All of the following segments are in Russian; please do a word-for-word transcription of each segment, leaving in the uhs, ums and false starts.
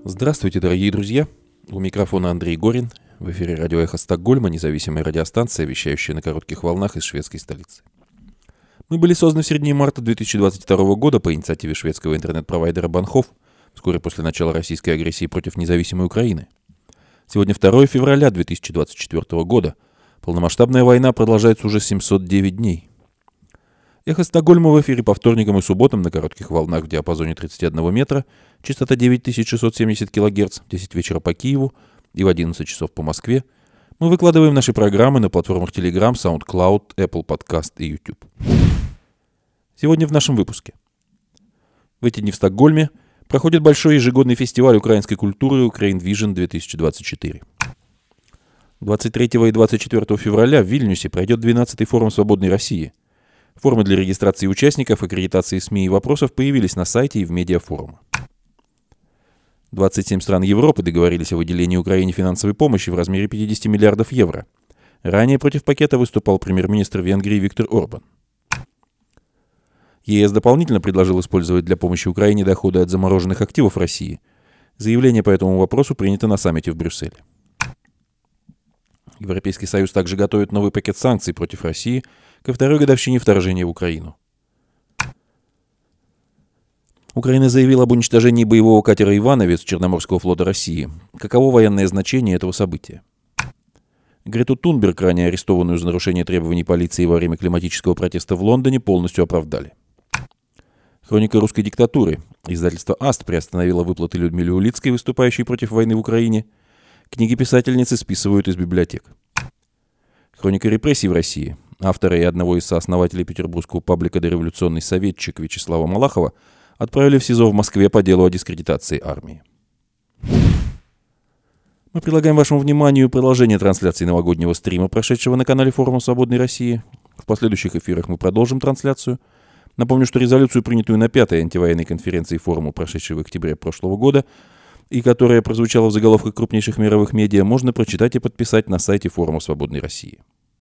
Здравствуйте, дорогие друзья! У микрофона Андрей Горин. В эфире радио «Эхо Стокгольма», независимая радиостанция, вещающая на коротких волнах из шведской столицы. Мы были созданы в середине марта две тысячи двадцать второго года по инициативе шведского интернет-провайдера Банхоф, вскоре после начала российской агрессии против независимой Украины. Сегодня второго февраля две тысячи двадцать четвёртого года. Полномасштабная война продолжается уже семьсот девять дней. «Эхо Стокгольма» в эфире по вторникам и субботам на коротких волнах в диапазоне тридцать один метра, частота девять тысяч шестьсот семьдесят килогерц, в десять вечера по Киеву и в одиннадцать часов по Москве. Мы выкладываем наши программы на платформах Telegram, SoundCloud, Apple Podcast и YouTube. Сегодня в нашем выпуске. В эти дни в Стокгольме проходит большой ежегодный фестиваль украинской культуры Ukraine Vision две тысячи двадцать четыре. двадцать третьего и двадцать четвёртого февраля в Вильнюсе пройдет двенадцатый форум «Свободной России». Формы для регистрации участников, аккредитации СМИ и вопросов появились на сайте и в медиафоруме. двадцать семь стран Европы договорились о выделении Украине финансовой помощи в размере пятьдесят миллиардов евро. Ранее против пакета выступал премьер-министр Венгрии Виктор Орбан. ЕС дополнительно предложил использовать для помощи Украине доходы от замороженных активов России. Заявление по этому вопросу принято на саммите в Брюсселе. Европейский Союз также готовит новый пакет санкций против России ко второй годовщине вторжения в Украину. Украина заявила об уничтожении боевого катера «Ивановец» Черноморского флота России. Каково военное значение этого события? Грету Тунберг, ранее арестованную за нарушение требований полиции во время климатического протеста в Лондоне, полностью оправдали. Хроника русской диктатуры. Издательство «Аст» приостановило выплаты Людмиле Улицкой, выступающей против войны в Украине. Книги писательницы списывают из библиотек. Хроника репрессий в России. Автора и одного из сооснователей петербургского паблика «Дореволюционный советчик» Вячеслава Малахова отправили в СИЗО в Москве по делу о дискредитации армии. Мы предлагаем вашему вниманию продолжение трансляции новогоднего стрима, прошедшего на канале форума «Свободной России». В последующих эфирах мы продолжим трансляцию. Напомню, что резолюцию, принятую на пятой антивоенной конференции форума, прошедшей в октябре прошлого года, и которая прозвучала в заголовках крупнейших мировых медиа, можно прочитать и подписать на сайте форума «Свободной России».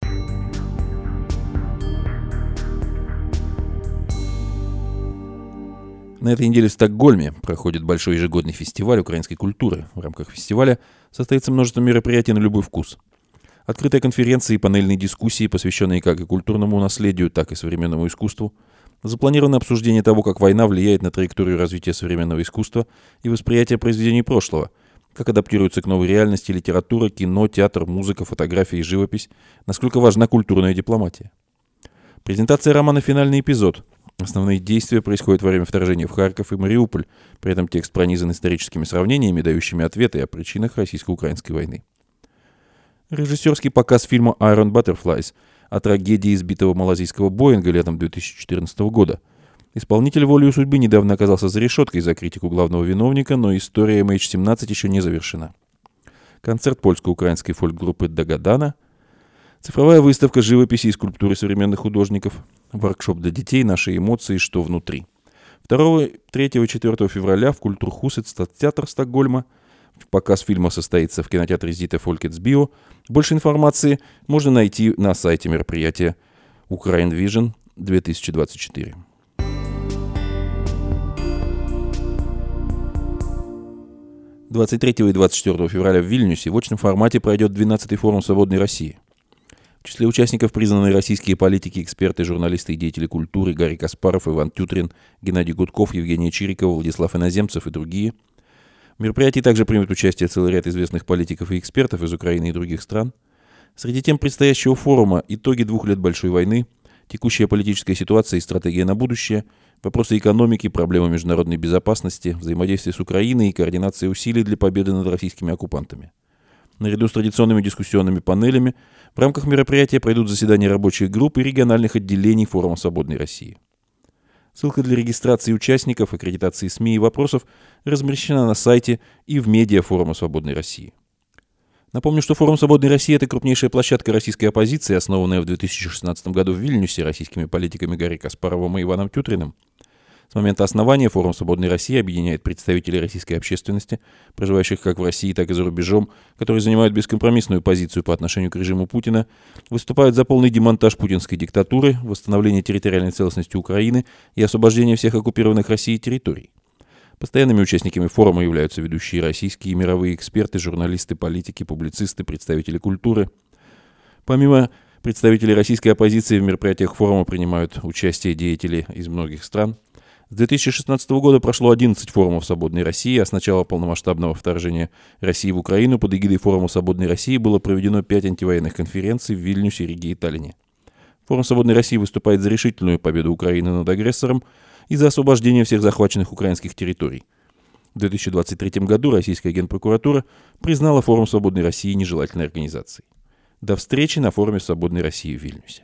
На этой неделе в Стокгольме проходит большой ежегодный фестиваль украинской культуры. В рамках фестиваля состоится множество мероприятий на любой вкус. Открытые конференции и панельные дискуссии, посвященные как и культурному наследию, так и современному искусству. Запланировано обсуждение того, как война влияет на траекторию развития современного искусства и восприятие произведений прошлого, как адаптируется к новой реальности литература, кино, театр, музыка, фотография и живопись, насколько важна культурная дипломатия. Презентация романа «Финальный эпизод». Основные действия происходят во время вторжения в Харьков и Мариуполь, при этом текст пронизан историческими сравнениями, дающими ответы о причинах российско-украинской войны. Режиссерский показ фильма «Iron Butterflies» о трагедии избитого малазийского Боинга летом две тысячи четырнадцатого года. Исполнитель волею судьбы недавно оказался за решеткой за критику главного виновника, но история эм эйч семнадцать еще не завершена. Концерт польско-украинской фольк-группы «Дагадана», цифровая выставка живописи и скульптуры современных художников, воркшоп для детей «Наши эмоции. Что внутри». второго, третьего и четвёртого февраля в Культурхусет стадтеатр Стокгольма. Показ фильма состоится в кинотеатре Зита Folkets Bio. Больше информации можно найти на сайте мероприятия Ukraine Vision две тысячи двадцать четыре. двадцать третьего и двадцать четвёртого февраля в Вильнюсе в очном формате пройдет двенадцатый форум «Свободной России». В числе участников признанные российские политики, эксперты, журналисты и деятели культуры Гарри Каспаров, Иван Тютрин, Геннадий Гудков, Евгения Чирикова, Владислав Иноземцев и другие. В мероприятии также примут участие целый ряд известных политиков и экспертов из Украины и других стран. Среди тем предстоящего форума итоги двух лет большой войны, текущая политическая ситуация и стратегия на будущее, вопросы экономики, проблемы международной безопасности, взаимодействие с Украиной и координация усилий для победы над российскими оккупантами. Наряду с традиционными дискуссионными панелями в рамках мероприятия пройдут заседания рабочих групп и региональных отделений форума «Свободной России». Ссылка для регистрации участников, аккредитации СМИ и вопросов размещена на сайте и в медиа форума «Свободной России». Напомню, что форум «Свободной России» — это крупнейшая площадка российской оппозиции, основанная в две тысячи шестнадцатом году в Вильнюсе российскими политиками Гарри Каспаровым и Иваном Тютриным. С момента основания форум «Свободной России» объединяет представителей российской общественности, проживающих как в России, так и за рубежом, которые занимают бескомпромиссную позицию по отношению к режиму Путина, выступают за полный демонтаж путинской диктатуры, восстановление территориальной целостности Украины и освобождение всех оккупированных Россией территорий. Постоянными участниками форума являются ведущие российские и мировые эксперты, журналисты, политики, публицисты, представители культуры. Помимо представителей российской оппозиции в мероприятиях форума принимают участие деятели из многих стран. С две тысячи шестнадцатого года прошло одиннадцать форумов «Свободной России», а с начала полномасштабного вторжения России в Украину под эгидой форума «Свободной России» было проведено пять антивоенных конференций в Вильнюсе, Риге и Таллине. Форум «Свободной России» выступает за решительную победу Украины над агрессором и за освобождение всех захваченных украинских территорий. В две тысячи двадцать третьем году российская генпрокуратура признала форум «Свободной России» нежелательной организацией. До встречи на форуме «Свободной России» в Вильнюсе.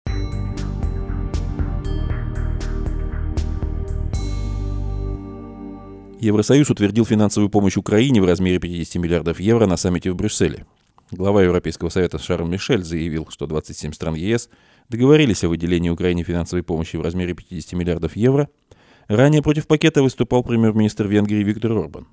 Евросоюз утвердил финансовую помощь Украине в размере пятьдесят миллиардов евро на саммите в Брюсселе. Глава Европейского совета Шарль Мишель заявил, что двадцать семь стран ЕС договорились о выделении Украине финансовой помощи в размере пятьдесят миллиардов евро. Ранее против пакета выступал премьер-министр Венгрии Виктор Орбан.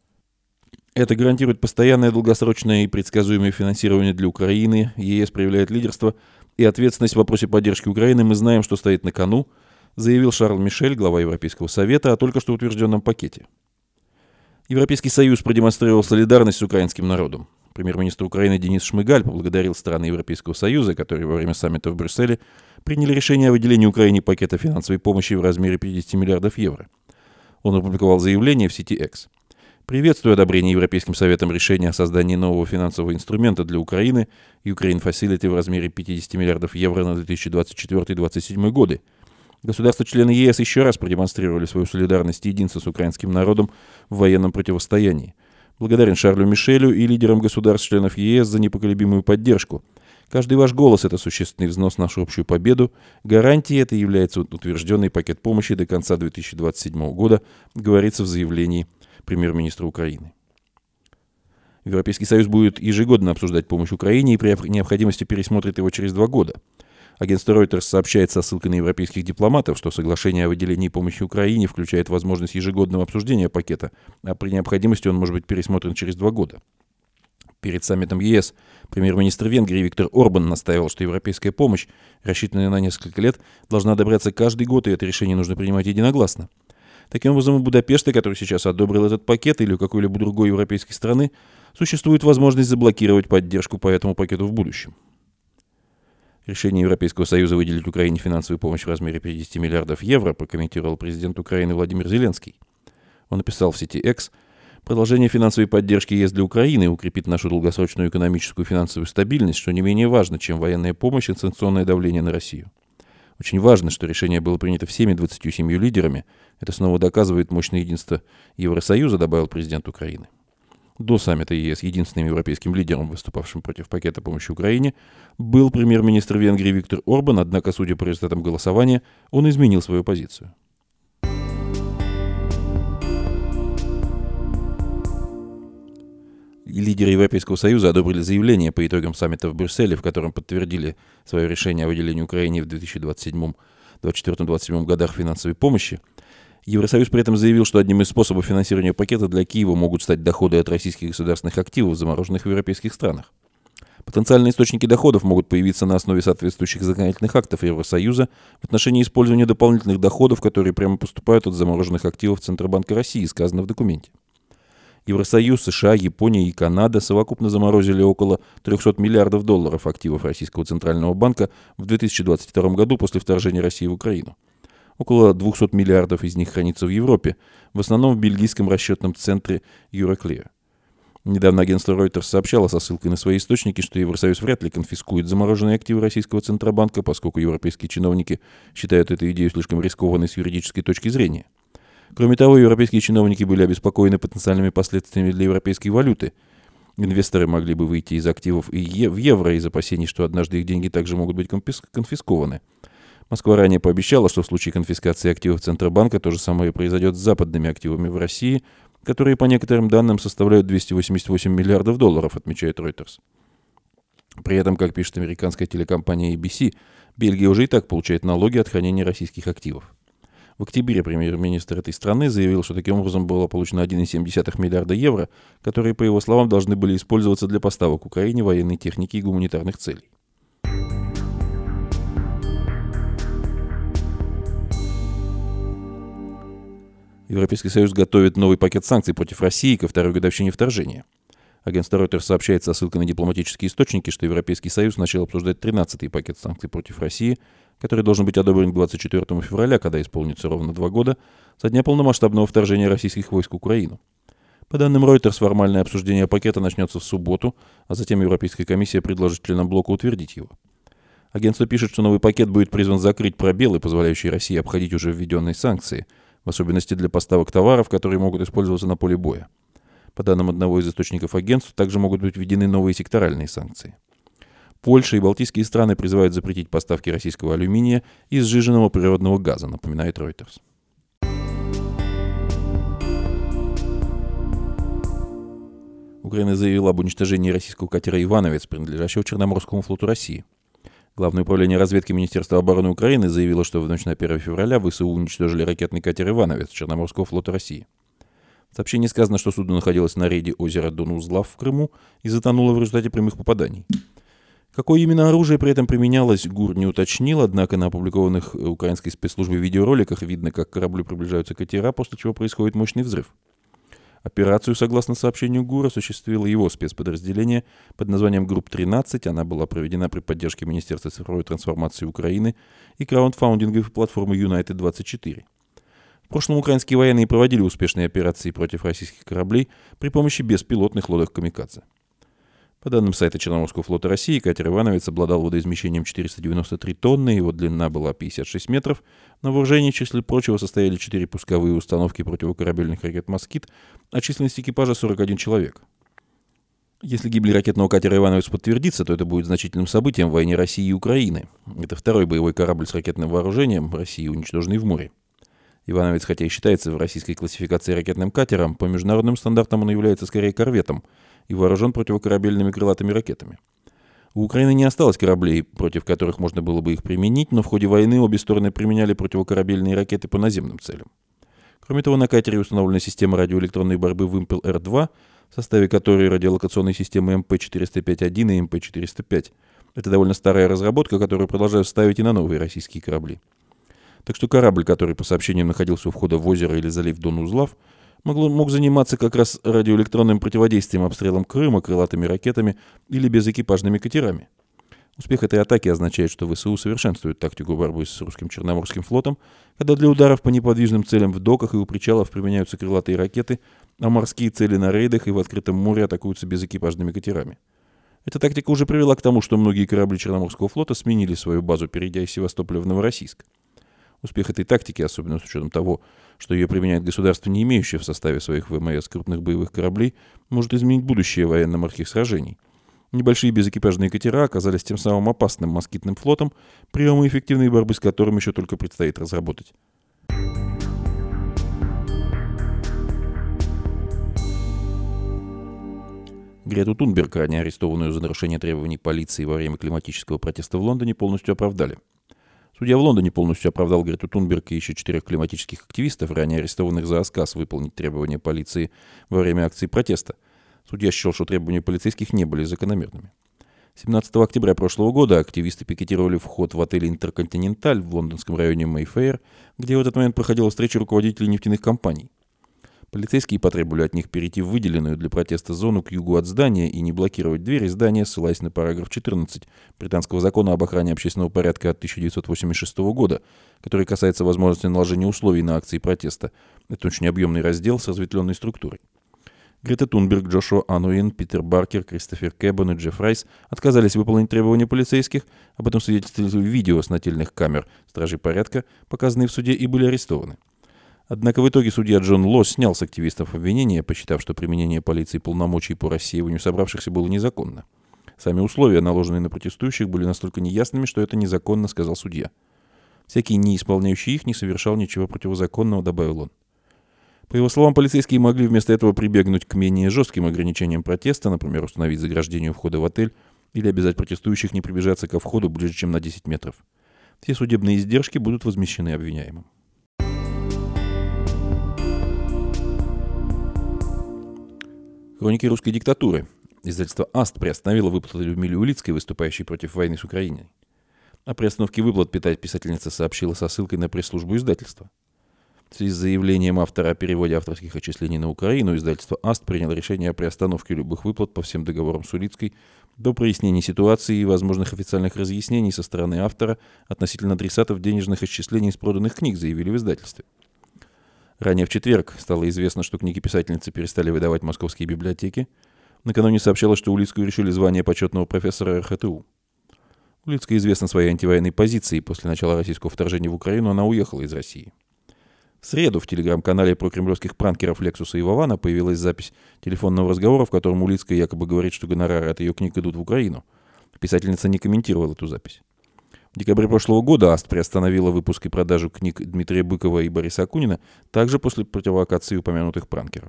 Это гарантирует постоянное, долгосрочное и предсказуемое финансирование для Украины. ЕС проявляет лидерство и ответственность в вопросе поддержки Украины. Мы знаем, что стоит на кону, заявил Шарль Мишель, глава Европейского совета, о только что утвержденном пакете. Европейский Союз продемонстрировал солидарность с украинским народом. Премьер-министр Украины Денис Шмыгаль поблагодарил страны Европейского Союза, которые во время саммита в Брюсселе приняли решение о выделении Украине пакета финансовой помощи в размере пятьдесят миллиардов евро. Он опубликовал заявление в сети X. Приветствую одобрение Европейским Советом решения о создании нового финансового инструмента для Украины Ukraine Facility в размере пятьдесят миллиардов евро на две тысячи двадцать четвёртый — две тысячи двадцать седьмой годы. Государства-члены ЕС еще раз продемонстрировали свою солидарность и единство с украинским народом в военном противостоянии. Благодарен Шарлю Мишелю и лидерам государств-членов ЕС за непоколебимую поддержку. Каждый ваш голос – это существенный взнос в нашу общую победу. Гарантией это является утвержденный пакет помощи до конца две тысячи двадцать седьмого года, говорится в заявлении премьер-министра Украины. Европейский Союз будет ежегодно обсуждать помощь Украине и при необходимости пересмотрит его через два года. Агентство Reuters сообщает со ссылкой на европейских дипломатов, что соглашение о выделении помощи Украине включает возможность ежегодного обсуждения пакета, а при необходимости он может быть пересмотрен через два года. Перед саммитом ЕС премьер-министр Венгрии Виктор Орбан настаивал, что европейская помощь, рассчитанная на несколько лет, должна одобряться каждый год, и это решение нужно принимать единогласно. Таким образом, у Будапешта, который сейчас одобрил этот пакет, или у какой-либо другой европейской страны, существует возможность заблокировать поддержку по этому пакету в будущем. Решение Европейского Союза выделить Украине финансовую помощь в размере пятьдесят миллиардов евро прокомментировал президент Украины Владимир Зеленский. Он написал в сети X: «Продолжение финансовой поддержки ЕС для Украины укрепит нашу долгосрочную экономическую и финансовую стабильность, что не менее важно, чем военная помощь и санкционное давление на Россию. Очень важно, что решение было принято всеми двадцатью семью лидерами. Это снова доказывает мощное единство Евросоюза», добавил президент Украины. До саммита ЕС единственным европейским лидером, выступавшим против пакета помощи Украине, был премьер-министр Венгрии Виктор Орбан, однако, судя по результатам голосования, он изменил свою позицию. Лидеры Европейского Союза одобрили заявление по итогам саммита в Брюсселе, в котором подтвердили свое решение о выделении Украине в две тысячи двадцать седьмом, двадцать четвёртом — двадцать седьмом годах финансовой помощи. Евросоюз при этом заявил, что одним из способов финансирования пакета для Киева могут стать доходы от российских государственных активов, замороженных в европейских странах. Потенциальные источники доходов могут появиться на основе соответствующих законодательных актов Евросоюза в отношении использования дополнительных доходов, которые прямо поступают от замороженных активов Центробанка России, сказано в документе. Евросоюз, США, Япония и Канада совокупно заморозили около трехсот миллиардов долларов активов Российского Центрального банка в две тысячи двадцать втором году после вторжения России в Украину. Около двухсот миллиардов из них хранится в Европе, в основном в бельгийском расчетном центре Euroclear. Недавно агентство Reuters сообщало со ссылкой на свои источники, что Евросоюз вряд ли конфискует замороженные активы Российского Центробанка, поскольку европейские чиновники считают эту идею слишком рискованной с юридической точки зрения. Кроме того, европейские чиновники были обеспокоены потенциальными последствиями для европейской валюты. Инвесторы могли бы выйти из активов и е- в евро из опасений, что однажды их деньги также могут быть конфис- конфискованы. Москва ранее пообещала, что в случае конфискации активов Центробанка то же самое произойдет с западными активами в России, которые, по некоторым данным, составляют двести восемьдесят восемь миллиардов долларов, отмечает Reuters. При этом, как пишет американская телекомпания эй би си, Бельгия уже и так получает налоги от хранения российских активов. В октябре премьер-министр этой страны заявил, что таким образом было получено один целых семь десятых миллиарда евро, которые, по его словам, должны были использоваться для поставок Украине военной техники и гуманитарных целей. Европейский Союз готовит новый пакет санкций против России ко второй годовщине вторжения. Агентство Reuters сообщает со ссылкой на дипломатические источники, что Европейский Союз начал обсуждать тринадцатый пакет санкций против России, который должен быть одобрен к двадцать четвёртому февраля, когда исполнится ровно два года, со дня полномасштабного вторжения российских войск в Украину. По данным Reuters, формальное обсуждение пакета начнется в субботу, а затем Европейская комиссия предложит членам блока утвердить его. Агентство пишет, что новый пакет будет призван закрыть пробелы, позволяющие России обходить уже введенные санкции, в особенности для поставок товаров, которые могут использоваться на поле боя. По данным одного из источников агентства, также могут быть введены новые секторальные санкции. Польша и балтийские страны призывают запретить поставки российского алюминия и сжиженного природного газа, напоминает Reuters. Украина заявила об уничтожении российского катера «Ивановец», принадлежащего Черноморскому флоту России. Главное управление разведки Министерства обороны Украины заявило, что в ночь на первое февраля ВСУ уничтожили ракетный катер «Ивановец» Черноморского флота России. В сообщении сказано, что судно находилось на рейде озера Дон-Узлав в Крыму и затонуло в результате прямых попаданий. Какое именно оружие при этом применялось, ГУР не уточнил, однако на опубликованных украинской спецслужбой видеороликах видно, как к кораблю приближаются катера, после чего происходит мощный взрыв. Операцию, согласно сообщению ГУР, осуществило его спецподразделение под названием Групп тринадцать. Она была проведена при поддержке Министерства цифровой трансформации Украины и краундфаундинговой платформы Юнайтед двадцать четыре. В прошлом украинские военные проводили успешные операции против российских кораблей при помощи беспилотных лодок «Камикадзе». По данным сайта Черноморского флота России, катер «Ивановец» обладал водоизмещением четыреста девяносто три тонны, его длина была пятьдесят шесть метров. На вооружении, в числе прочего, состояли четыре пусковые установки противокорабельных ракет «Москит», а численность экипажа сорок один человек. Если гибель ракетного катера «Ивановец» подтвердится, то это будет значительным событием в войне России и Украины. Это второй боевой корабль с ракетным вооружением России, уничтоженный в море. «Ивановец», хотя и считается в российской классификации ракетным катером, по международным стандартам он является скорее корветом и вооружен противокорабельными крылатыми ракетами. У Украины не осталось кораблей, против которых можно было бы их применить, но в ходе войны обе стороны применяли противокорабельные ракеты по наземным целям. Кроме того, на катере установлена система радиоэлектронной борьбы «Вымпел-Р два», в составе которой радиолокационные системы эм пэ четыреста пять один и эм пэ четыреста пять. Это довольно старая разработка, которую продолжают ставить и на новые российские корабли. Так что корабль, который по сообщениям находился у входа в озеро или залив Дон-Узлав, могло, мог заниматься как раз радиоэлектронным противодействием обстрелам Крыма, крылатыми ракетами или безэкипажными катерами. Успех этой атаки означает, что ВСУ совершенствует тактику борьбы с русским Черноморским флотом, когда для ударов по неподвижным целям в доках и у причалов применяются крылатые ракеты, а морские цели на рейдах и в открытом море атакуются безэкипажными катерами. Эта тактика уже привела к тому, что многие корабли Черноморского флота сменили свою базу, перейдя из Севастополя в Новороссийск. Успех этой тактики, особенно с учетом того, что ее применяет государство, не имеющее в составе своих ВМС крупных боевых кораблей, может изменить будущее военно-морских сражений. Небольшие безэкипажные катера оказались тем самым опасным москитным флотом, приемы эффективной борьбы с которым еще только предстоит разработать. Грету Тунберг, ранее арестованную за нарушение требований полиции во время климатического протеста в Лондоне, полностью оправдали. Судья в Лондоне полностью оправдал Грету Тунберг и еще четырех климатических активистов, ранее арестованных за отказ выполнить требования полиции во время акции протеста. Судья счел, что требования полицейских не были закономерными. семнадцатого октября прошлого года активисты пикетировали вход в отель «Интерконтиненталь» в лондонском районе Мэйфэйр, где в этот момент проходила встреча руководителей нефтяных компаний. Полицейские потребовали от них перейти в выделенную для протеста зону к югу от здания и не блокировать двери здания, ссылаясь на параграф четырнадцать британского закона об охране общественного порядка от тысяча девятьсот восемьдесят шестого года, который касается возможности наложения условий на акции протеста. Это очень объемный раздел с разветвленной структурой. Грета Тунберг, Джошуа Ануин, Питер Баркер, Кристофер Кэббон и Джефф Райс отказались выполнить требования полицейских, об этом свидетельствовали видео с нательных камер стражей порядка, показанные в суде, и были арестованы. Однако в итоге судья Джон Ло снял с активистов обвинения, посчитав, что применение полиции полномочий по рассеиванию собравшихся было незаконно. Сами условия, наложенные на протестующих, были настолько неясными, что это незаконно, сказал судья. Всякий, не исполняющий их, не совершал ничего противозаконного, добавил он. По его словам, полицейские могли вместо этого прибегнуть к менее жестким ограничениям протеста, например, установить заграждение у входа в отель или обязать протестующих не приближаться ко входу ближе, чем на десять метров. Все судебные издержки будут возмещены обвиняемым. Хроники русской диктатуры. Издательство «Аст» приостановило выплаты Людмиле Улицкой, выступающей против войны с Украиной. О приостановке выплат писательница сообщила со ссылкой на пресс-службу издательства. В связи с заявлением автора о переводе авторских отчислений на Украину, издательство АСТ приняло решение о приостановке любых выплат по всем договорам с Улицкой до прояснения ситуации и возможных официальных разъяснений со стороны автора относительно адресатов денежных отчислений из проданных книг, заявили в издательстве. Ранее в четверг стало известно, что книги писательницы перестали выдавать московские библиотеки. Накануне сообщалось, что Улицкую решили звание почетного профессора эр ха тэ у. Улицкая известна своей антивоенной позицией. После начала российского вторжения в Украину она уехала из России. В среду в телеграм-канале про кремлевских пранкеров Лексуса и Вована появилась запись телефонного разговора, в котором Улицкая якобы говорит, что гонорары от ее книг идут в Украину. Писательница не комментировала эту запись. В декабре прошлого года АСТ приостановила выпуск и продажу книг Дмитрия Быкова и Бориса Акунина, также после провокации упомянутых пранкеров.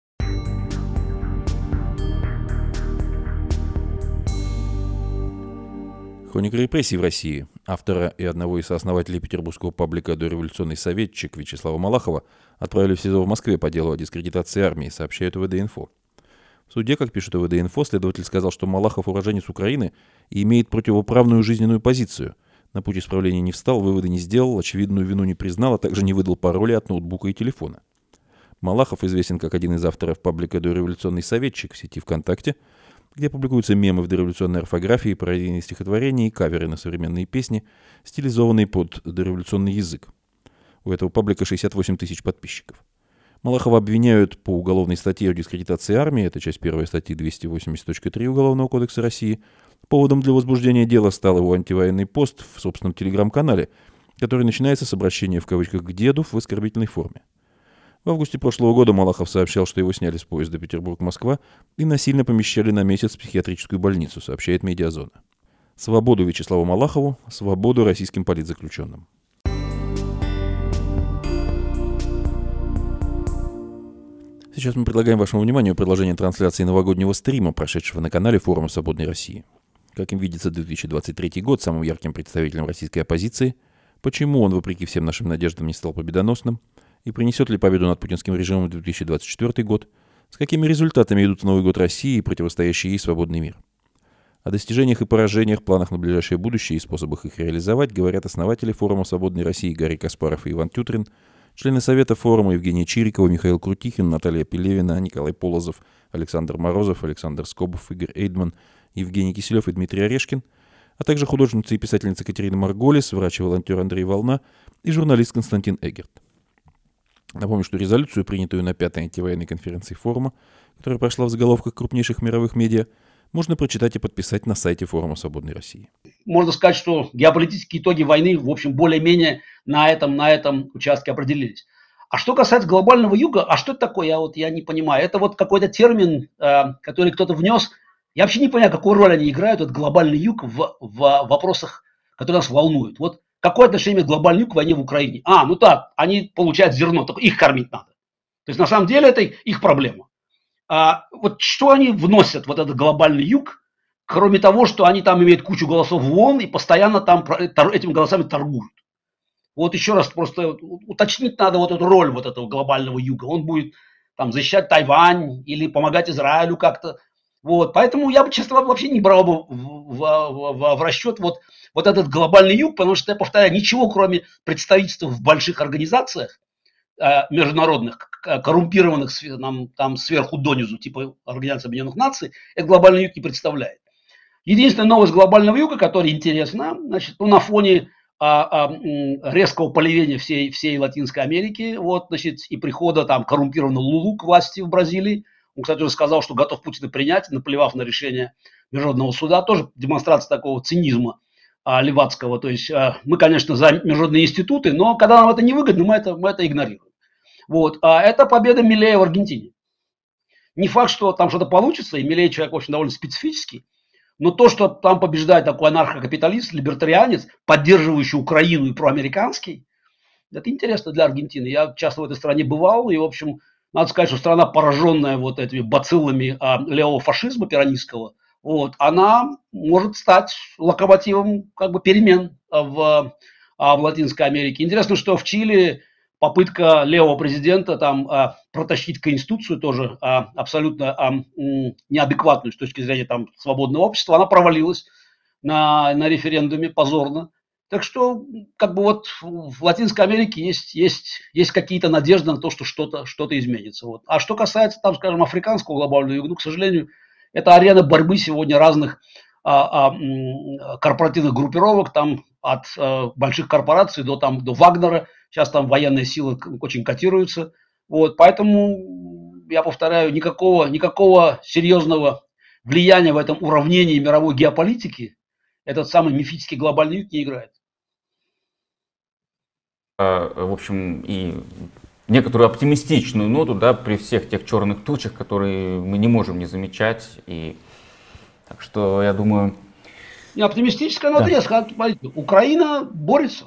Хроника репрессий в России. Автора и одного из сооснователей петербургского паблика «Дореволюционный советчик» Вячеслава Малахова отправили в СИЗО в Москве по делу о дискредитации армии, сообщает ВД-Инфо. В суде, как пишет ВД-Инфо, следователь сказал, что Малахов уроженец Украины и имеет противоправную жизненную позицию. На путь исправления не встал, выводы не сделал, очевидную вину не признал, а также не выдал пароли от ноутбука и телефона. Малахов известен как один из авторов паблика «Дореволюционный советчик» в сети ВКонтакте, где публикуются мемы в дореволюционной орфографии, пародийные стихотворения и каверы на современные песни, стилизованные под дореволюционный язык. У этого паблика шестьдесят восемь тысяч подписчиков. Малахова обвиняют по уголовной статье о дискредитации армии, это часть первой статьи двести восемьдесят точка три Уголовного кодекса России. Поводом для возбуждения дела стал его антивоенный пост в собственном телеграм-канале, который начинается с обращения в кавычках к деду в оскорбительной форме. В августе прошлого года Малахов сообщал, что его сняли с поезда Петербург-Москва и насильно помещали на месяц в психиатрическую больницу, сообщает Медиазона. Свободу Вячеславу Малахову, свободу российским политзаключенным. Сейчас мы предлагаем вашему вниманию предложение трансляции новогоднего стрима, прошедшего на канале Форума Свободной России. Как им видится, две тысячи двадцать третий год самым ярким представителем российской оппозиции, почему он, вопреки всем нашим надеждам, не стал победоносным, и принесет ли победу над путинским режимом в две тысячи двадцать четвёртый год, с какими результатами идут в Новый год России и противостоящий ей свободный мир. О достижениях и поражениях, планах на ближайшее будущее и способах их реализовать говорят основатели Форума Свободной России Гарри Каспаров и Иван Тютрин, члены Совета форума Евгения Чирикова, Михаил Крутихин, Наталья Пелевина, Николай Полозов, Александр Морозов, Александр Скобов, Игорь Эйдман, Евгений Киселев и Дмитрий Орешкин, а также художница и писательница Катерина Марголис, врач и волонтер Андрей Волна и журналист Константин Эгерт. Напомню, что резолюцию, принятую на пятой антивоенной конференции форума, которая прошла в заголовках крупнейших мировых медиа, можно прочитать и подписать на сайте Форума Свободной России. Можно сказать, что геополитические итоги войны, в общем, более-менее на этом, на этом участке определились. А что касается глобального юга, а что это такое, я, вот, я не понимаю. Это вот какой-то термин, э, который кто-то внес. Я вообще не понимаю, какую роль они играют, этот глобальный юг, в, в вопросах, которые нас волнуют. Вот какое отношение имеет глобальный юг к войне в Украине? А, ну так, они получают зерно, только их кормить надо. То есть на самом деле это их проблема. А вот что они вносят, вот этот глобальный юг, кроме того, что они там имеют кучу голосов в ООН и постоянно там этими голосами торгуют. Вот еще раз просто уточнить надо вот эту роль вот этого глобального юга. Он будет там защищать Тайвань или помогать Израилю как-то. Вот. Поэтому я бы, честно, вообще не брал бы в, в, в, в расчет вот, вот этот глобальный юг, потому что, я повторяю, ничего, кроме представительства в больших организациях международных, коррумпированных нам, там сверху донизу, типа Организации Объединенных Наций, этот глобальный юг не представляет. Единственная новость глобального юга, которая интересна, значит, ну, на фоне а, а, резкого поливения всей, всей Латинской Америки, вот, значит, и прихода там коррумпированного Лулу к власти в Бразилии, он, кстати, уже сказал, что готов Путина принять, наплевав на решение Международного суда, тоже демонстрация такого цинизма а, левацкого. То есть а, мы, конечно, за международные институты, но когда нам это не выгодно, мы это, мы это игнорируем. Вот. А это победа Милея в Аргентине. Не факт, что там что-то получится, и Милей человек, в общем, довольно специфический, но то, что там побеждает такой анархокапиталист, либертарианец, поддерживающий Украину и проамериканский, это интересно для Аргентины. Я часто в этой стране бывал, и, в общем, надо сказать, что страна, пораженная вот этими бациллами а, левого фашизма пиранистского, вот, она может стать локомотивом как бы перемен в, а, в Латинской Америке. Интересно, что в Чили попытка левого президента там а, протащить Конституцию тоже а, абсолютно а, м, неадекватную с точки зрения там свободного общества, она провалилась на, на референдуме позорно. Так что, как бы вот в Латинской Америке есть, есть, есть какие-то надежды на то, что что-то что изменится. Вот. А что касается, там, скажем, африканского глобального юга, ну, к сожалению, это арена борьбы сегодня разных а, а, корпоративных группировок, там от а, больших корпораций до, там, до Вагнера. Сейчас там военные силы очень котируются. Вот. Поэтому, я повторяю, никакого, никакого серьезного влияния в этом уравнении мировой геополитики этот самый мифический глобальный юг не играет. В общем, и некоторую оптимистичную ноту, да, при всех тех черных тучах, которые мы не можем не замечать. И так что, я думаю... Не, оптимистическая нота, да. Смотрите, Украина борется.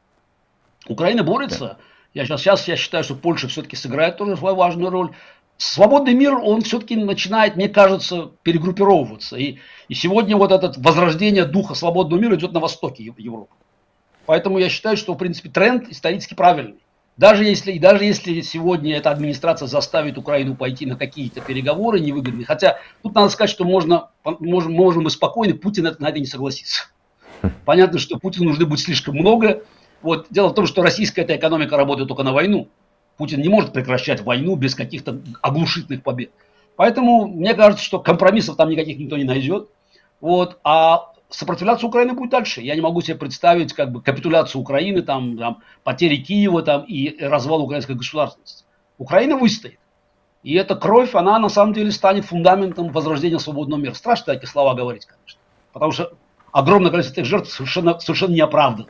Украина борется. Да. Я сейчас, сейчас я считаю, что Польша все-таки сыграет тоже свою важную роль. Свободный мир, он все-таки начинает, мне кажется, перегруппировываться. И, и сегодня вот это возрождение духа свободного мира идет на востоке Европы. Поэтому я считаю, что, в принципе, тренд исторически правильный. Даже если, даже если сегодня эта администрация заставит Украину пойти на какие-то переговоры невыгодные, хотя тут надо сказать, что можно, можем, можем мы спокойно, Путин на это не согласится. Понятно, что Путину нужно будет слишком много. Вот. Дело в том, что российская эта экономика работает только на войну. Путин не может прекращать войну без каких-то оглушительных побед. Поэтому мне кажется, что компромиссов там никаких никто не найдет. Вот. А сопротивляться Украине будет дальше. Я не могу себе представить как бы капитуляцию Украины, там, там, потери Киева там, и развал украинской государственности. Украина выстоит. И эта кровь, она на самом деле станет фундаментом возрождения свободного мира. Страшно такие слова говорить, конечно. Потому что огромное количество этих жертв совершенно, совершенно не оправдано.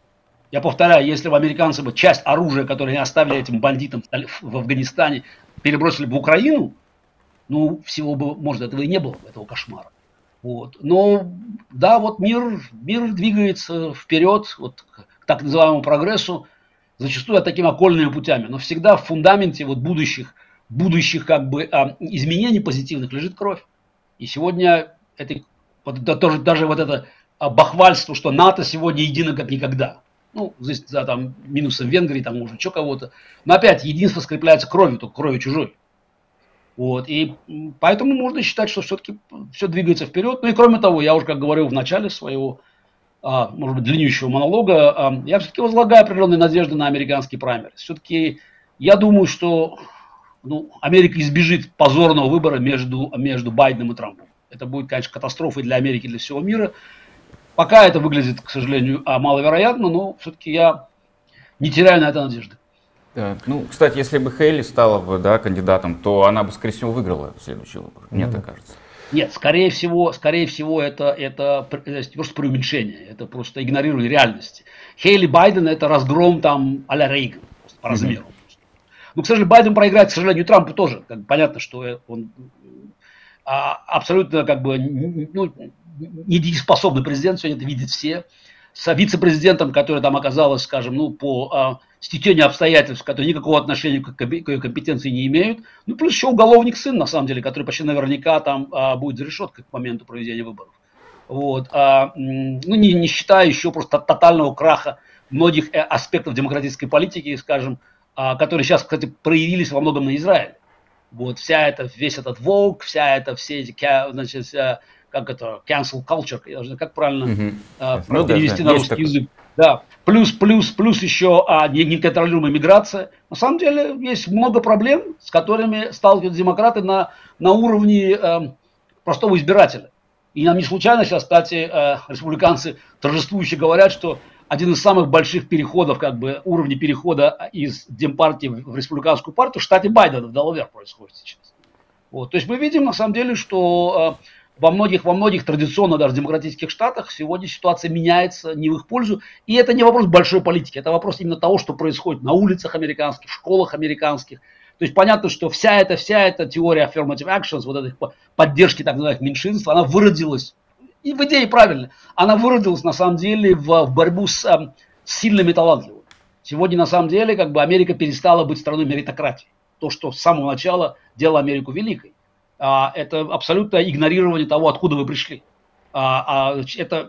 Я повторяю, если бы американцы бы часть оружия, которое они оставили этим бандитам в Афганистане, перебросили бы в Украину, ну, всего бы, может, этого и не было, этого кошмара. Вот. Но, да, вот мир, мир двигается вперед, вот, к так называемому прогрессу, зачастую такими окольными путями. Но всегда в фундаменте вот будущих, будущих как бы, изменений позитивных лежит кровь. И сегодня это, вот, это тоже, даже вот это бахвальство, что НАТО сегодня едино как никогда. Ну, здесь, да, там, минусы в Венгрии, там, может, еще кого-то. Но опять, единство скрепляется кровью, только кровью чужой. Вот, и поэтому можно считать, что все-таки все двигается вперед. Ну и кроме того, я уже, как говорил в начале своего, а, может быть, длиннющего монолога, а, я все-таки возлагаю определенные надежды на американский праймерис. Все-таки я думаю, что ну, Америка избежит позорного выбора между, между Байденом и Трампом. Это будет, конечно, катастрофой для Америки, для всего мира. Пока это выглядит, к сожалению, маловероятно, но все-таки я не теряю на это надежды. Да. Ну, кстати, если бы Хейли стала бы, да, кандидатом, то она бы, скорее всего, выиграла следующий выбор. Мне mm-hmm. так кажется. Нет, скорее всего, скорее всего, это, это, это просто преуменьшение, это просто игнорирование реальности. Хейли Байден это разгром там а-ля Рейган, по размеру. Mm-hmm. Ну, к сожалению, Байден проиграет, к сожалению, Трампу тоже. Как, понятно, что он а, абсолютно как бы ну, недееспособный президент, сегодня это видят все. С вице-президентом, который там оказалась, скажем, ну, по а, стечению обстоятельств, которые никакого отношения к, к ее компетенции не имеют. Ну, плюс еще уголовник сын, на самом деле, который почти наверняка там а, будет за решеткой к моменту проведения выборов. Вот. А, ну, не, не считая еще просто тотального краха многих аспектов демократической политики, скажем, а, которые сейчас, кстати, проявились во многом на Израиле. Вот. Вся эта, весь этот woke, вся эта, все эти, значит, вся, как это, cancel culture, как правильно mm-hmm. uh, ну, перевести да, на русский язык. Да. Плюс, плюс, плюс еще а, неконтролируемая миграция. На самом деле есть много проблем, с которыми сталкиваются демократы на, на уровне э, простого избирателя. И нам не случайно сейчас, кстати, э, республиканцы торжествующе говорят, что один из самых больших переходов, как бы уровня перехода из Демпартии в республиканскую партию в штате Байдена в Делавер происходит сейчас. Вот. То есть мы видим на самом деле, что э, Во многих, во многих традиционно даже демократических штатах сегодня ситуация меняется не в их пользу. И это не вопрос большой политики, это вопрос именно того, что происходит на улицах американских, в школах американских. То есть понятно, что вся эта, вся эта теория affirmative actions, вот этой поддержки так называемых меньшинств, она выродилась, и в идее правильно, она выродилась на самом деле в, в борьбу с, с сильными и талантливыми. Сегодня на самом деле как бы Америка перестала быть страной меритократии. То, что с самого начала делало Америку великой. Это абсолютное игнорирование того, откуда вы пришли. Это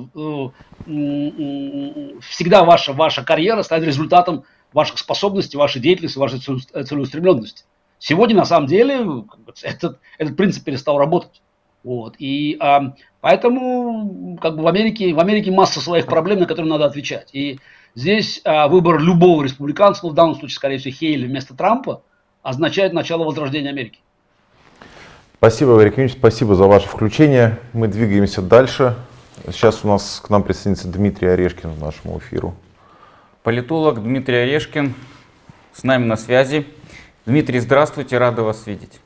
всегда ваша, ваша карьера станет результатом ваших способностей, вашей деятельности, вашей целеустремленности. Сегодня, на самом деле, этот, этот принцип перестал работать. Вот. И а, поэтому как бы в Америке, в Америке масса своих проблем, на которые надо отвечать. И здесь а, выбор любого республиканца, в данном случае, скорее всего, Хейли вместо Трампа, означает начало возрождения Америки. Спасибо, Валерий Кириллович, спасибо за ваше включение. Мы двигаемся дальше. Сейчас у нас к нам присоединится Дмитрий Орешкин к нашему эфиру. Политолог Дмитрий Орешкин с нами на связи. Дмитрий, здравствуйте, рада вас видеть.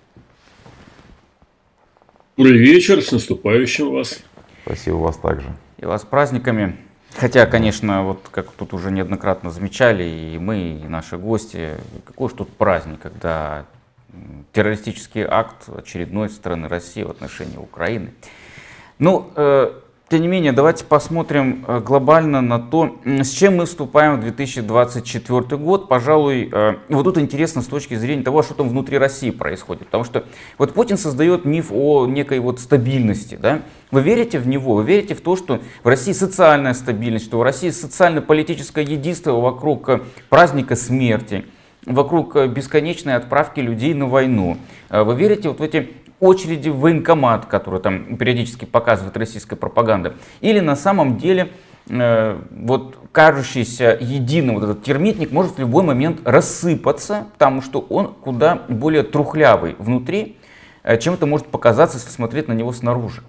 Добрый вечер, с наступающим вас. Спасибо, вас также. И вас с праздниками. Хотя, конечно, вот как тут уже неоднократно замечали, и мы, и наши гости, какой же тут праздник, когда террористический акт очередной со стороны России в отношении Украины. Ну, э, тем не менее, давайте посмотрим глобально на то, с чем мы вступаем в две тысячи двадцать четвёртый год. Пожалуй, э, вот тут интересно с точки зрения того, что там внутри России происходит. Потому что вот Путин создает миф о некой вот стабильности, да? Вы верите в него? Вы верите в то, что в России социальная стабильность, что в России социально-политическое единство вокруг праздника смерти, вокруг бесконечной отправки людей на войну? Вы верите вот в эти очереди в военкомат, которые там периодически показывает российская пропаганда? Или на самом деле э, вот кажущийся единым вот этот термитник может в любой момент рассыпаться, потому что он куда более трухлявый внутри, чем это может показаться, если смотреть на него снаружи?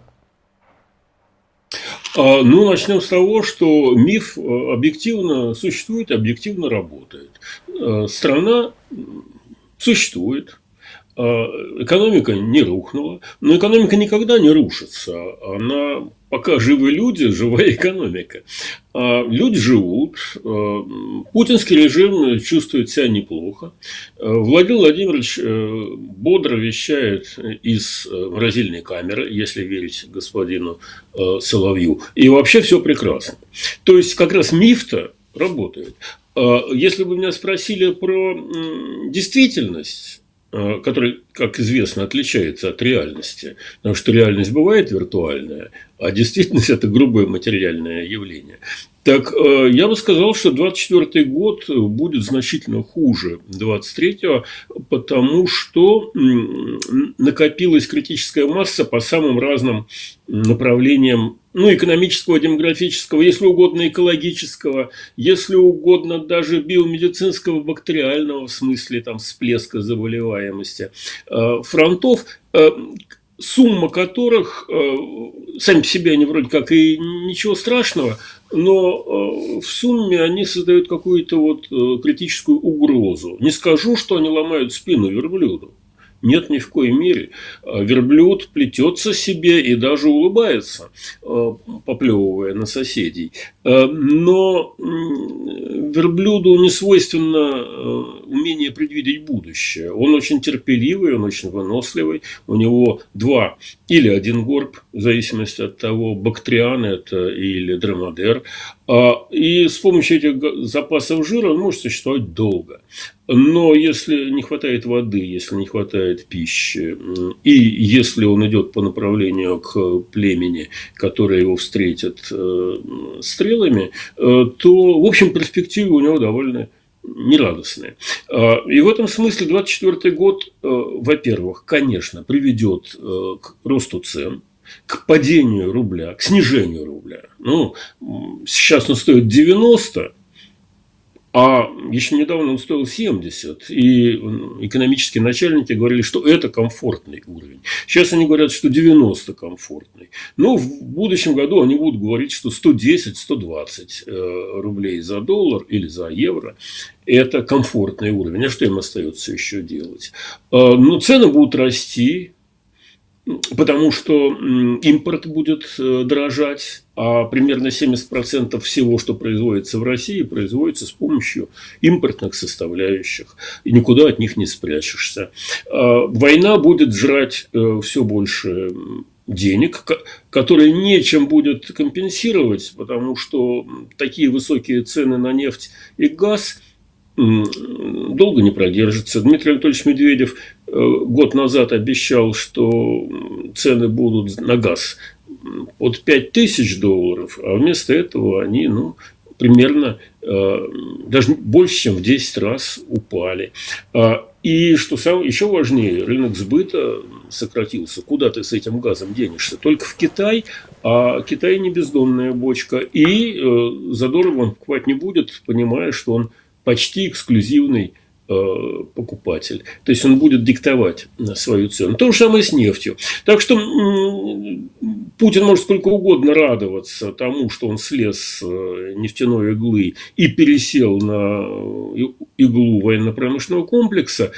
Ну, начнем с того, что миф объективно существует, объективно работает. Страна существует, экономика не рухнула, но экономика никогда не рушится. Она, пока живы люди, живая экономика. Люди живут, путинский режим чувствует себя неплохо. Владимир Владимирович бодро вещает из морозильной камеры, если верить господину Соловью. И вообще все прекрасно. То есть, как раз миф-то работает. Если бы меня спросили про действительность, который, как известно, отличается от реальности, потому что реальность бывает виртуальная, а действительность – это грубое материальное явление. Так я бы сказал, что двадцать четвёртый год будет значительно хуже двадцать третьего, потому что накопилась критическая масса по самым разным направлениям, ну, экономического, демографического, если угодно, экологического, если угодно, даже биомедицинского, бактериального, в смысле там всплеска заболеваемости, фронтов, сумма которых, сами по себе они вроде как и ничего страшного, но в сумме они создают какую-то вот критическую угрозу. Не скажу, что они ломают спину верблюду. Нет, ни в коей мере. Верблюд плетется себе и даже улыбается, поплевывая на соседей. Но верблюду не свойственно умение предвидеть будущее. Он очень терпеливый, он очень выносливый. У него два или один горб, в зависимости от того, бактриан это или дромадер. И с помощью этих запасов жира он может существовать долго. Но если не хватает воды, если не хватает пищи, и если он идет по направлению к племени, которое его встретит стрелами, то, в общем, перспективы у него довольно нерадостные. И в этом смысле двадцать четвёртый год, во-первых, конечно, приведет к росту цен, к падению рубля, к снижению рубля. Ну, сейчас он стоит девяносто, а еще недавно он стоил семьдесят. И экономические начальники говорили, что это комфортный уровень. Сейчас они говорят, что девяносто комфортный. Но в будущем году они будут говорить, что сто десять - сто двадцать рублей за доллар или за евро – это комфортный уровень. А что им остается еще делать? Но цены будут расти. Потому что импорт будет дорожать, а примерно семьдесят процентов всего, что производится в России, производится с помощью импортных составляющих. И никуда от них не спрячешься. Война будет жрать все больше денег, которые нечем будет компенсировать, потому что такие высокие цены на нефть и газ долго не продержится. Дмитрий Анатольевич Медведев год назад обещал, что цены будут на газ от пять тысяч долларов, а вместо этого они ну, примерно даже больше, чем в десять раз упали. И что самое еще важнее, рынок сбыта сократился. Куда ты с этим газом денешься? Только в Китай, а Китай не бездонная бочка. И э, задорого он покупать не будет, понимая, что он почти эксклюзивный покупатель. То есть он будет диктовать свою цену. То же самое с нефтью. Так что Путин может сколько угодно радоваться тому, что он слез с нефтяной иглы и пересел на иглу военно-промышленного комплекса,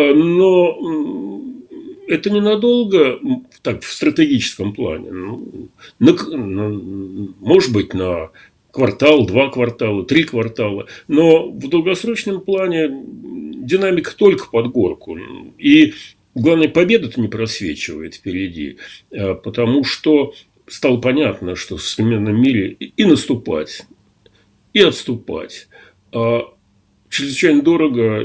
но это ненадолго, так, в стратегическом плане. Ну, на, на, может быть, на квартал, два квартала, три квартала. Но в долгосрочном плане динамика только под горку. И, главное, победа-то не просвечивает впереди. Потому что стало понятно, что в современном мире и наступать, и отступать чрезвычайно дорого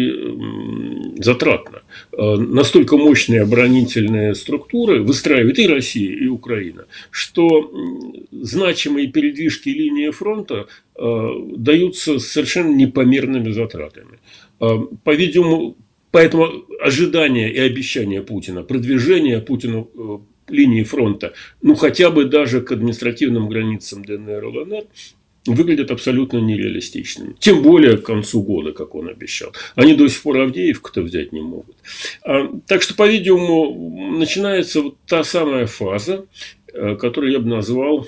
и затратно. Настолько мощные оборонительные структуры выстраивает и Россия, и Украина, что значимые передвижки линии фронта даются совершенно непомерными затратами. По-видимому, поэтому ожидания и обещания Путина, продвижение Путину линии фронта, ну хотя бы даже к административным границам ДНР, ЛНР, выглядят абсолютно нереалистичными. Тем более к концу года, как он обещал. Они до сих пор Авдеевку-то взять не могут. Так что, по-видимому, начинается вот та самая фаза, которую я бы назвал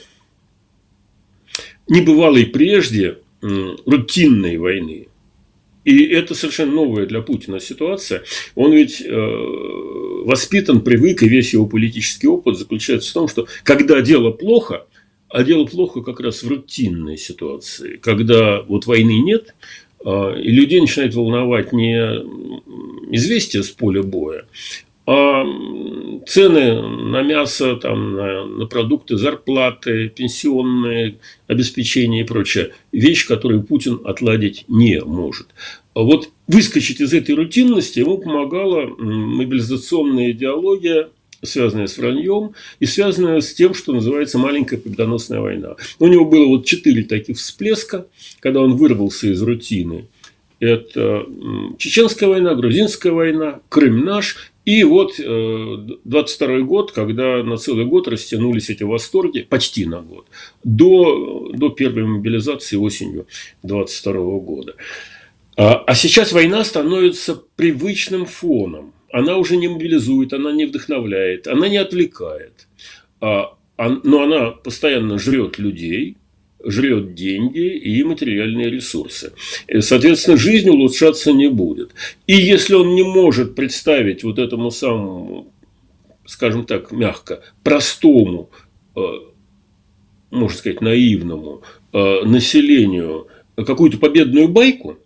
небывалой прежде рутинной войны. И это совершенно новая для Путина ситуация. Он ведь воспитан, привык, и весь его политический опыт заключается в том, что когда дело плохо, а дело плохо как раз в рутинной ситуации, когда вот войны нет, и людей начинает волновать не известия с поля боя, а цены на мясо, там, на, на продукты, зарплаты, пенсионные обеспечения и прочее. Вещь, которую Путин отладить не может. А вот выскочить из этой рутинности ему помогала мобилизационная идеология, связанная с враньем и связанная с тем, что называется маленькая победоносная война. У него было вот четыре таких всплеска, когда он вырвался из рутины. Это Чеченская война, Грузинская война, Крым наш. И вот двадцать второй год, когда на целый год растянулись эти восторги, почти на год, до, до первой мобилизации осенью двадцать второго года. А сейчас война становится привычным фоном. Она уже не мобилизует, она не вдохновляет, она не отвлекает. Но она постоянно жрет людей, жрет деньги и материальные ресурсы. И, соответственно, жизнь улучшаться не будет. И если он не может представить вот этому самому, скажем так, мягко, простому, можно сказать, наивному населению какую-то победную байку,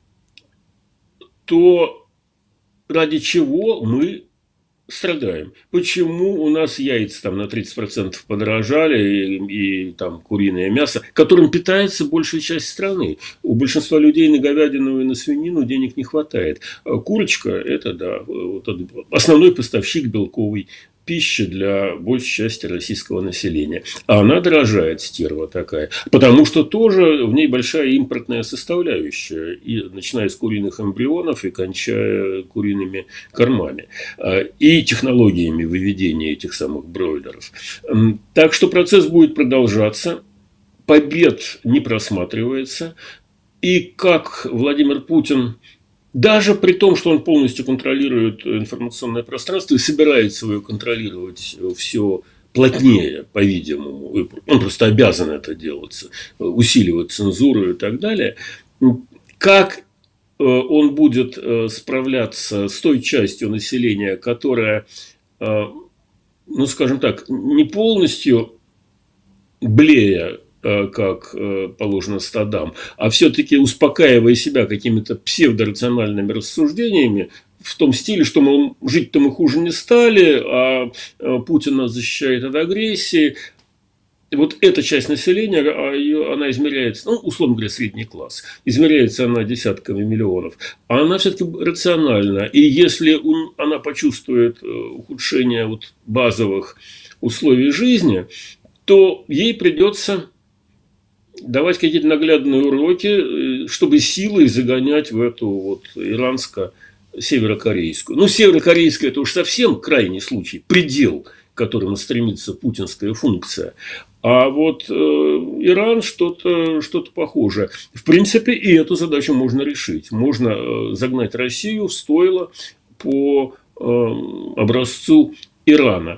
то ради чего мы страдаем? Почему у нас яйца там на тридцать процентов подорожали и, и там куриное мясо, которым питается большая часть страны? У большинства людей на говядину и на свинину денег не хватает. Курочка – это, да, вот основной поставщик белковой пищи для большей части российского населения. А она дорожает, стерва такая, потому что тоже в ней большая импортная составляющая, и начиная с куриных эмбрионов и кончая куриными кормами и технологиями выведения этих самых бройлеров. Так что процесс будет продолжаться, побед не просматривается, и как Владимир Путин, даже при том, что он полностью контролирует информационное пространство и собирается его контролировать все плотнее, по-видимому, он просто обязан это делать, усиливать цензуру и так далее, как он будет справляться с той частью населения, которая, ну, скажем так, не полностью блея, как положено стадам, а все-таки успокаивая себя какими-то псевдорациональными рассуждениями в том стиле, что, мол, жить-то мы хуже не стали, а Путин нас защищает от агрессии. Вот эта часть населения, она измеряется, ну, условно говоря, средний класс, измеряется она десятками миллионов, а она все-таки рациональна. И если она почувствует ухудшение вот базовых условий жизни, то ей придется давать какие-то наглядные уроки, чтобы силой загонять в эту вот иранско северокорейскую. Ну, северокорейская – это уж совсем крайний случай, предел, к которому стремится путинская функция. А вот э, Иран что-то что-то похожее. В принципе, и эту задачу можно решить. Можно э, загнать Россию в стойло по э, образцу Ирана.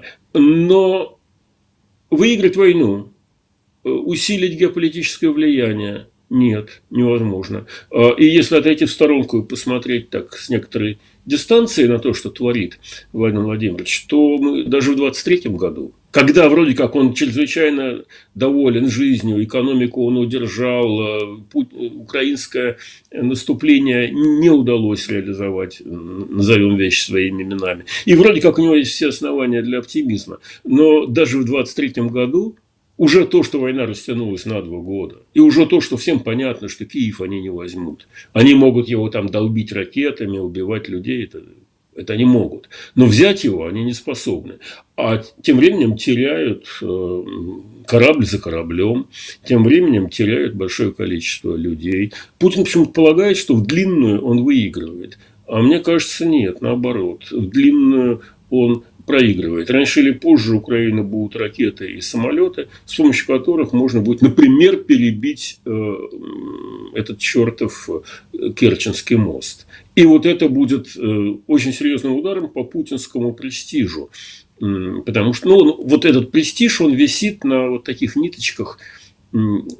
Но выиграть войну, э, усилить геополитическое влияние – нет, невозможно. И если отойти в сторонку и посмотреть так с некоторой дистанции на то, что творит Владимир Владимирович, то мы даже в двадцать третьем году, когда вроде как он чрезвычайно доволен жизнью, экономику он удержал, украинское наступление не удалось реализовать, назовем вещи своими именами. И вроде как у него есть все основания для оптимизма. Но даже в двадцать третьем году уже то, что война растянулась на два года, и уже то, что всем понятно, что Киев они не возьмут. Они могут его там долбить ракетами, убивать людей, это, это они могут. Но взять его они не способны. А тем временем теряют э, корабль за кораблем, тем временем теряют большое количество людей. Путин почему-то полагает, что в длинную он выигрывает. А мне кажется, нет, наоборот. В длинную он проигрывает. Раньше или позже Украина будут ракеты и самолеты, с помощью которых можно будет, например, перебить э, этот чертов Керченский мост. И вот это будет э, очень серьезным ударом по путинскому престижу. Потому что ну, он, вот этот престиж, он висит на вот таких ниточках э,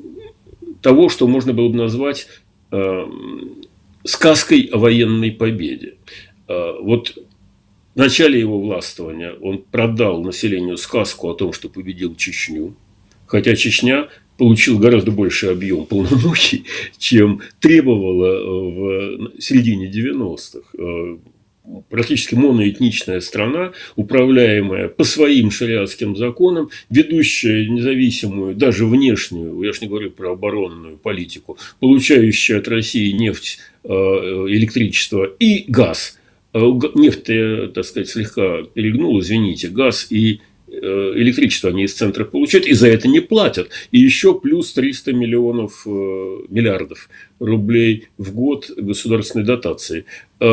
того, что можно было бы назвать э, сказкой о военной победе. Э, вот в начале его властвования он продал населению сказку о том, что победил Чечню, хотя Чечня получила гораздо больший объем полномочий, чем требовала в середине девяностых. Практически моноэтничная страна, управляемая по своим шариатским законам, ведущая независимую, даже внешнюю, я же не говорю про оборонную политику, получающая от России нефть, электричество и газ. Нефть, я, так сказать, слегка перегнул, извините, газ и электричество они из центра получают, и за это не платят. И еще плюс триста миллионов, миллиардов рублей в год государственной дотации.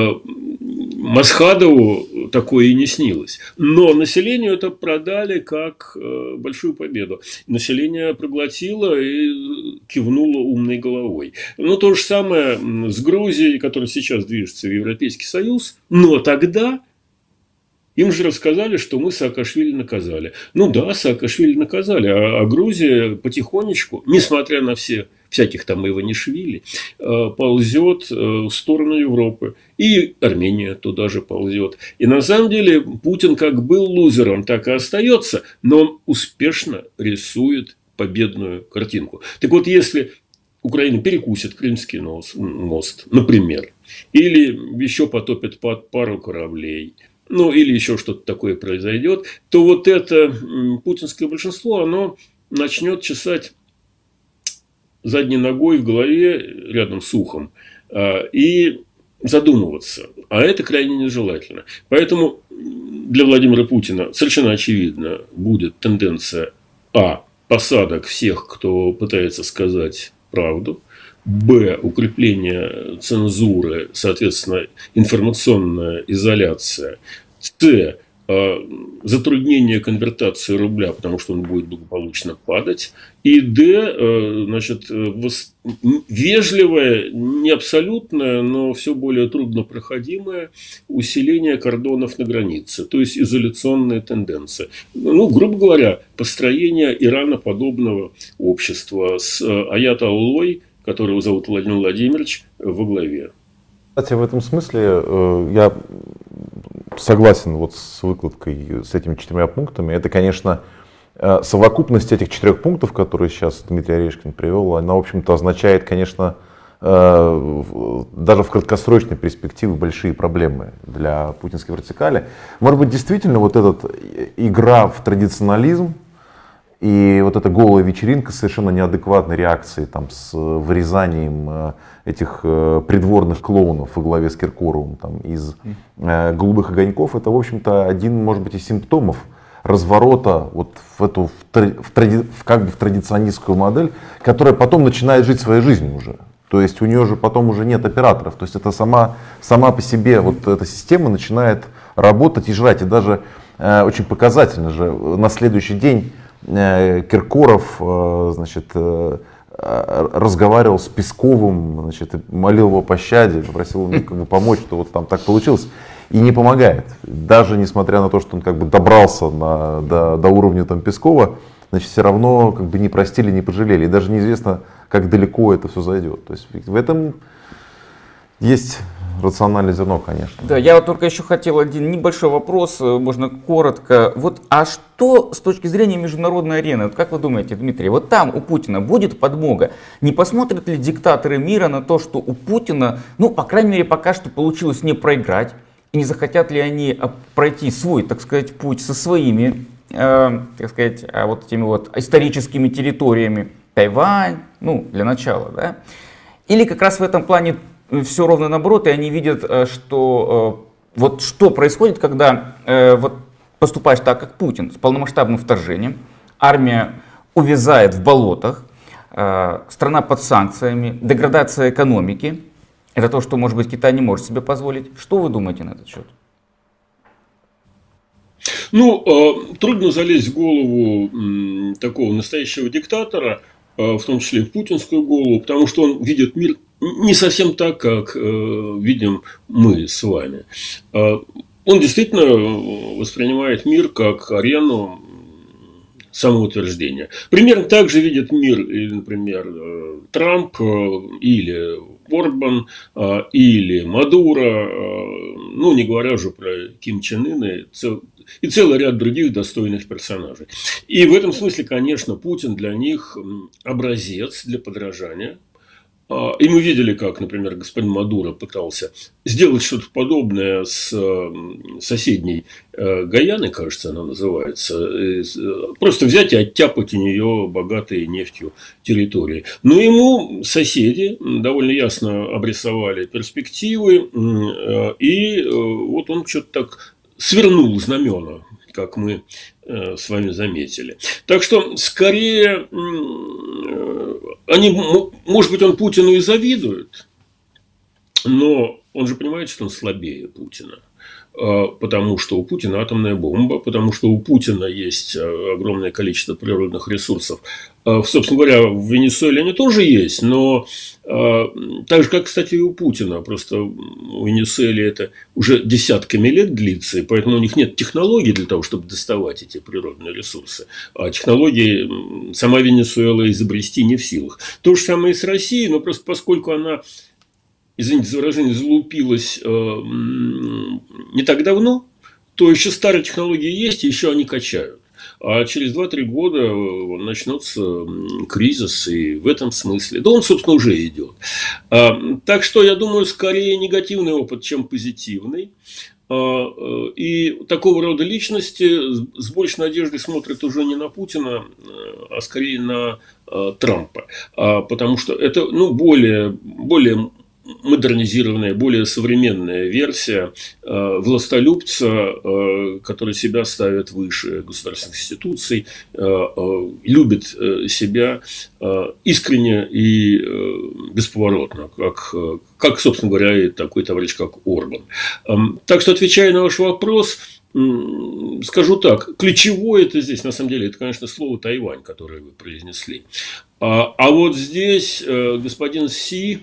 Масхадову такое и не снилось. Но населению это продали как большую победу. Население проглотило и кивнуло умной головой. Ну, то же самое с Грузией, которая сейчас движется в Европейский Союз. Но тогда им же рассказали, что мы Саакашвили наказали. Ну да, Саакашвили наказали, а, а Грузия потихонечку, несмотря на все всяких там Иванишвили, ползет в сторону Европы. И Армения туда же ползет. И на самом деле Путин как был лузером, так и остается, но он успешно рисует победную картинку. Так вот, если Украина перекусит Крымский мост, например, или еще потопит под пару кораблей, ну, или еще что-то такое произойдет, то вот это путинское большинство, оно начнет чесать задней ногой в голове рядом с ухом и задумываться. А это крайне нежелательно. Поэтому для Владимира Путина совершенно очевидно будет тенденция а. посадок всех, кто пытается сказать правду, б. укрепление цензуры, соответственно, информационная изоляция, с. затруднение конвертации рубля, потому что он будет благополучно падать, и д. значит, вежливое, не абсолютное, но все более труднопроходимое усиление кордонов на границе, то есть изоляционная тенденция. Ну, грубо говоря, построение ираноподобного общества с аят-Аллой, которого зовут Владимир Владимирович, во главе. Кстати, в этом смысле э, я согласен вот с выкладкой, с этими четырьмя пунктами. Это, конечно, э, совокупность этих четырех пунктов, которые сейчас Дмитрий Орешкин привел, она, в общем-то, означает, конечно, э, даже в краткосрочной перспективе большие проблемы для путинской вертикали. Может быть, действительно, вот эта игра в традиционализм, и вот эта голая вечеринка с совершенно неадекватной реакцией, там, с вырезанием этих придворных клоунов во главе с Киркоровым там, из э, «Голубых огоньков», это, в общем-то, один, может быть, из симптомов разворота вот в эту в, в, в, как бы в традиционистскую модель, которая потом начинает жить своей жизнью уже. То есть у нее же потом уже нет операторов. То есть это сама, сама по себе вот эта система начинает работать и жрать. И даже э, очень показательно же на следующий день э, Киркоров э, значит, э, разговаривал с Песковым, значит, молил его о пощаде, попросил ему как бы помочь, что вот там так получилось. И не помогает. Даже несмотря на то, что он как бы добрался на, до, до уровня там, Пескова, значит, все равно как бы не простили, не пожалели. И даже неизвестно, как далеко это все зайдет. То есть в этом есть рациональное зерно, конечно. Да, я вот только еще хотел один небольшой вопрос, можно коротко. Вот, а что с точки зрения международной арены, вот как вы думаете, Дмитрий, вот там у Путина будет подмога? Не посмотрят ли диктаторы мира на то, что у Путина, ну, по крайней мере, пока что получилось не проиграть? И не захотят ли они пройти свой, так сказать, путь со своими, э, так сказать, вот этими вот историческими территориями? Тайвань, ну, для начала, да? Или как раз в этом плане все ровно наоборот, и они видят, что э, вот что происходит, когда э, вот поступаешь так, как Путин, с полномасштабным вторжением, армия увязает в болотах, э, страна под санкциями, деградация экономики. Это то, что, может быть, Китай не может себе позволить. Что вы думаете на этот счет? Ну, э, трудно залезть в голову м, такого настоящего диктатора, э, в том числе в путинскую голову, потому что он видит мир не совсем так, как э, видим мы с вами. Э, он действительно воспринимает мир как арену самоутверждения. Примерно так же видит мир, например, Трамп или Орбан, или Мадуро, ну, не говоря уже про Ким Чен Ына и целый ряд других достойных персонажей. И в этом смысле, конечно, Путин для них образец для подражания. И мы видели, как, например, господин Мадуро пытался сделать что-то подобное с соседней Гаяной, кажется, она называется, просто взять и оттяпать у нее богатые нефтью территории. Но ему соседи довольно ясно обрисовали перспективы, и вот он что-то так свернул знамена, как мы с вами заметили. Так что, скорее, они, может быть, он Путину и завидует, но он же понимает, что он слабее Путина. Потому что у Путина атомная бомба, потому что у Путина есть огромное количество природных ресурсов. Собственно говоря, в Венесуэле они тоже есть, но так же, как, кстати, и у Путина. Просто у Венесуэлы это уже десятками лет длится, и поэтому у них нет технологий для того, чтобы доставать эти природные ресурсы. А технологии сама Венесуэла изобрести не в силах. То же самое и с Россией, но просто поскольку она, извините за выражение, залупилась э, не так давно, то еще старые технологии есть, и еще они качают. А через два-три года начнется кризис, и в этом смысле, да он, собственно, уже идет. А, так что, я думаю, скорее негативный опыт, чем позитивный. А, и такого рода личности с большей надеждой смотрят уже не на Путина, а скорее на а, Трампа. А, потому что это, ну, более, более модернизированная, более современная версия э, властолюбца, э, который себя ставит выше государственных институций, э, э, любит э, себя э, искренне и э, бесповоротно, как, как, собственно говоря, и такой товарищ, как Орбан. Э, так что, отвечая на ваш вопрос, э, скажу так, ключевое это здесь, на самом деле, это, конечно, слово «Тайвань», которое вы произнесли. А, а вот здесь э, господин Си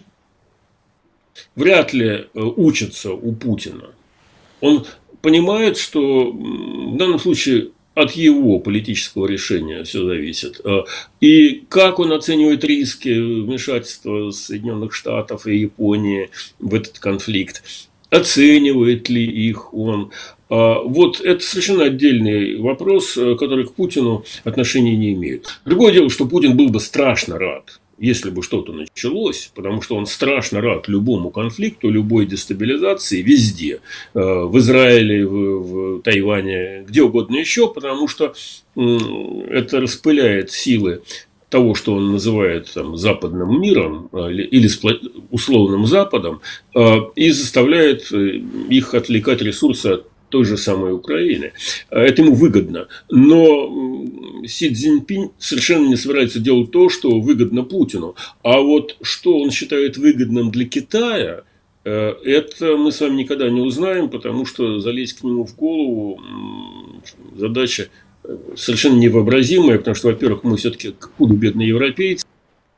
вряд ли учится у Путина. Он понимает, что в данном случае от его политического решения все зависит. И как он оценивает риски вмешательства Соединенных Штатов и Японии в этот конфликт, оценивает ли их он. Вот это совершенно отдельный вопрос, который к Путину отношения не имеет. Другое дело, что Путин был бы страшно рад, если бы что-то началось, потому что он страшно рад любому конфликту, любой дестабилизации везде, в Израиле, в, в Тайване, где угодно еще, потому что это распыляет силы того, что он называет там, западным миром или условным Западом, и заставляет их отвлекать ресурсы от той же самой Украины. Это ему выгодно. Но Си Цзиньпинь совершенно не собирается делать то, что выгодно Путину. А вот что он считает выгодным для Китая, это мы с вами никогда не узнаем, потому что залезть к нему в голову задача совершенно невообразимая, потому что, во-первых, мы все-таки худо-бедные европейцы.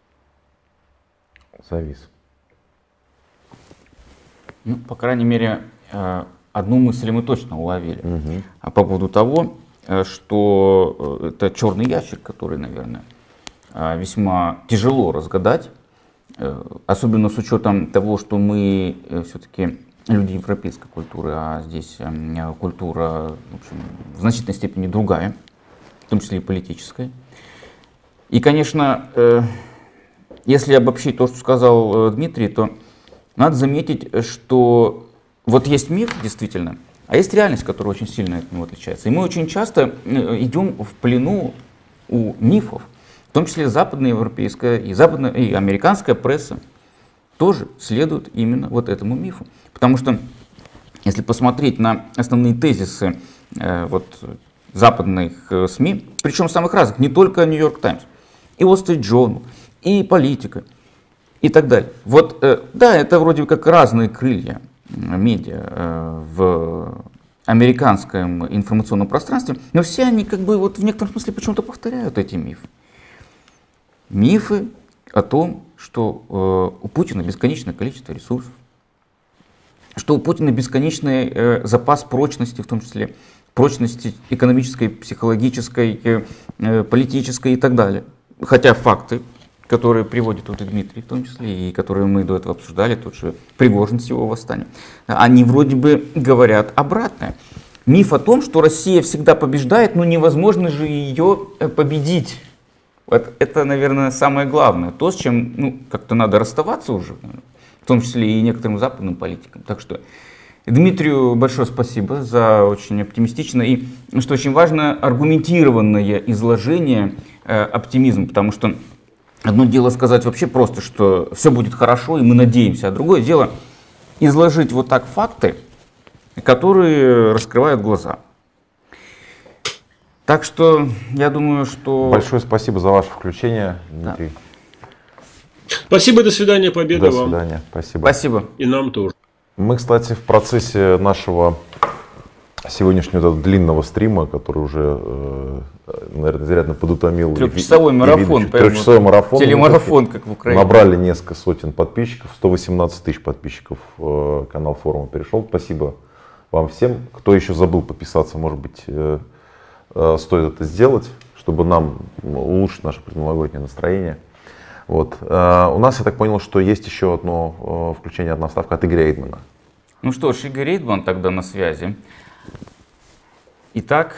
Завис. Ну, по крайней мере, одну мысль мы точно уловили. Угу. А по поводу того, что это черный ящик, который, наверное, весьма тяжело разгадать, особенно с учетом того, что мы все-таки люди европейской культуры, а здесь культура, в общем, в значительной степени другая, в том числе и политическая. И, конечно, если обобщить то, что сказал Дмитрий, то надо заметить, что вот есть миф, действительно, а есть реальность, которая очень сильно от него отличается. И мы очень часто идем в плену у мифов, в том числе западноевропейская и западная и американская пресса тоже следует именно вот этому мифу. Потому что если посмотреть на основные тезисы э, вот, западных э, СМИ, причем самых разных, не только Нью-Йорк Таймс, и Wall Street Journal, и Политика, и так далее. Вот, э, да, это вроде как разные крылья медиа э, в американском информационном пространстве, но все они как бы вот в некотором смысле почему-то повторяют эти мифы. Мифы о том, что э, у Путина бесконечное количество ресурсов, что у Путина бесконечный э, запас прочности, в том числе прочности экономической, психологической, э, э, политической и так далее. Хотя факты, которые приводит вот и Дмитрий в том числе, и которые мы до этого обсуждали, тот же Пригожин с его восстанием, они вроде бы говорят обратное. Миф о том, что Россия всегда побеждает, но невозможно же ее победить. Вот это, наверное, самое главное. То, с чем ну, как-то надо расставаться уже, в том числе и некоторым западным политикам. Так что Дмитрию большое спасибо за очень оптимистичное и, что очень важно, аргументированное изложение э, оптимизма. Потому что одно дело сказать вообще просто, что все будет хорошо и мы надеемся, а другое дело изложить вот так факты, которые раскрывают глаза. Так что я думаю, что... Большое спасибо за ваше включение, Дмитрий. Да. Спасибо, до свидания, победы вам. До свидания, вам. Спасибо. Спасибо. И нам тоже. Мы, кстати, в процессе нашего сегодняшнего длинного стрима, который уже, наверное, изрядно подутомил. Трехчасовой марафон. Трехчасовой марафон. Телемарафон, как в Украине. Набрали несколько сотен подписчиков, сто восемнадцать тысяч подписчиков канал форума перешел. Спасибо вам всем. Кто еще забыл подписаться, может быть, стоит это сделать, чтобы нам улучшить наше предновогоднее настроение. Вот. У нас, я так понял, что есть еще одно включение, одна вставка от Игоря Эйдмана. Ну что ж, Игорь Эйдман тогда на связи. Итак.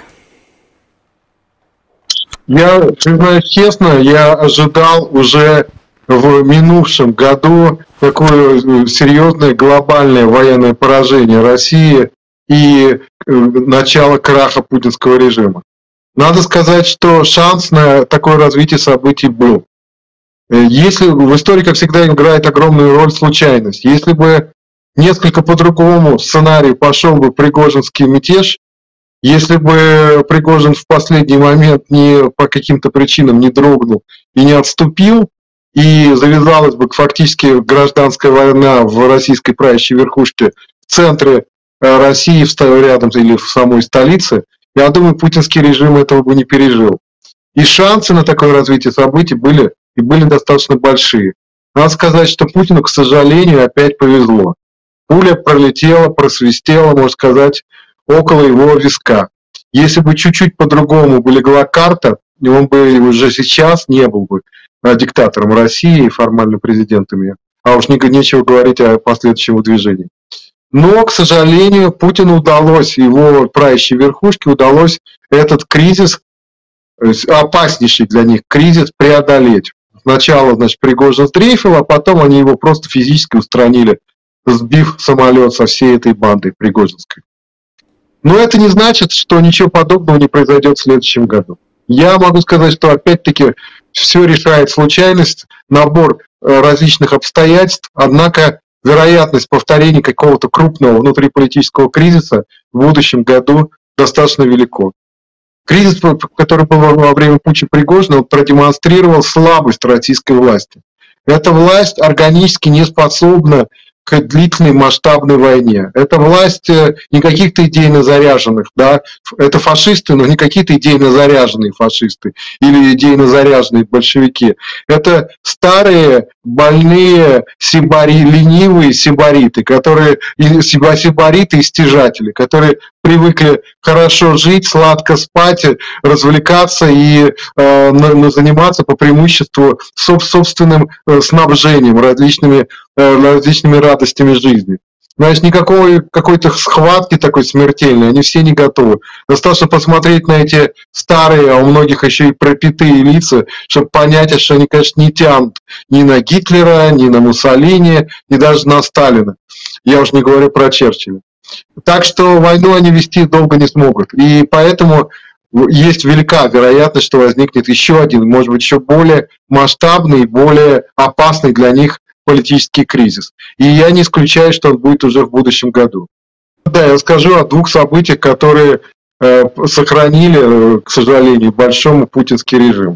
Я, признаюсь честно, я ожидал уже в минувшем году такое серьезное глобальное военное поражение России и начало краха путинского режима. Надо сказать, что шанс на такое развитие событий был. Если в истории, как всегда, играет огромную роль случайность. Если бы несколько по другому сценарию пошел бы Пригожинский мятеж, если бы Пригожин в последний момент не по каким-то причинам не дрогнул и не отступил, и завязалась бы фактически гражданская война в российской правящей верхушке в центре России, рядом или в самой столице, я думаю, путинский режим этого бы не пережил. И шансы на такое развитие событий были и были достаточно большие. Надо сказать, что Путину, к сожалению, опять повезло. Пуля пролетела, просвистела, можно сказать, около его виска. Если бы чуть-чуть по-другому бы легла карта, он бы уже сейчас не был бы диктатором России, формально президентом ее. А уж нечего говорить о последующем выдвижении. Но, к сожалению, Путину удалось, его правящей верхушке удалось этот кризис, опаснейший для них кризис, преодолеть. Сначала, значит, Пригожин сдрейфил, а потом они его просто физически устранили, сбив самолет со всей этой бандой пригожинской. Но это не значит, что ничего подобного не произойдет в следующем году. Я могу сказать, что опять-таки все решает случайность, набор различных обстоятельств, однако вероятность повторения какого-то крупного внутриполитического кризиса в будущем году достаточно велико. Кризис, который был во время путча Пригожина, продемонстрировал слабость российской власти. Эта власть органически не способна к длительной масштабной войне. Это власть не каких-то идейно заряженных, да, это фашисты, но не какие-то идейно заряженные фашисты или идейно заряженные большевики. Это старые, больные, сибари, ленивые сибариты, которые, сибариты и стяжатели, которые привыкли хорошо жить, сладко спать, развлекаться и э, заниматься по преимуществу собственным снабжением, различными, э, различными радостями жизни. Значит, никакой какой-то схватки такой смертельной, они все не готовы. Достаточно посмотреть на эти старые, а у многих еще и пропитые лица, чтобы понять, что они, конечно, не тянут ни на Гитлера, ни на Муссолини, ни даже на Сталина. Я уж не говорю про Черчилля. Так что войну они вести долго не смогут. И поэтому есть велика вероятность, что возникнет еще один, может быть, еще более масштабный, более опасный для них политический кризис. И я не исключаю, что он будет уже в будущем году. Да, я скажу о двух событиях, которые э, сохранили, к сожалению, большому путинский режим.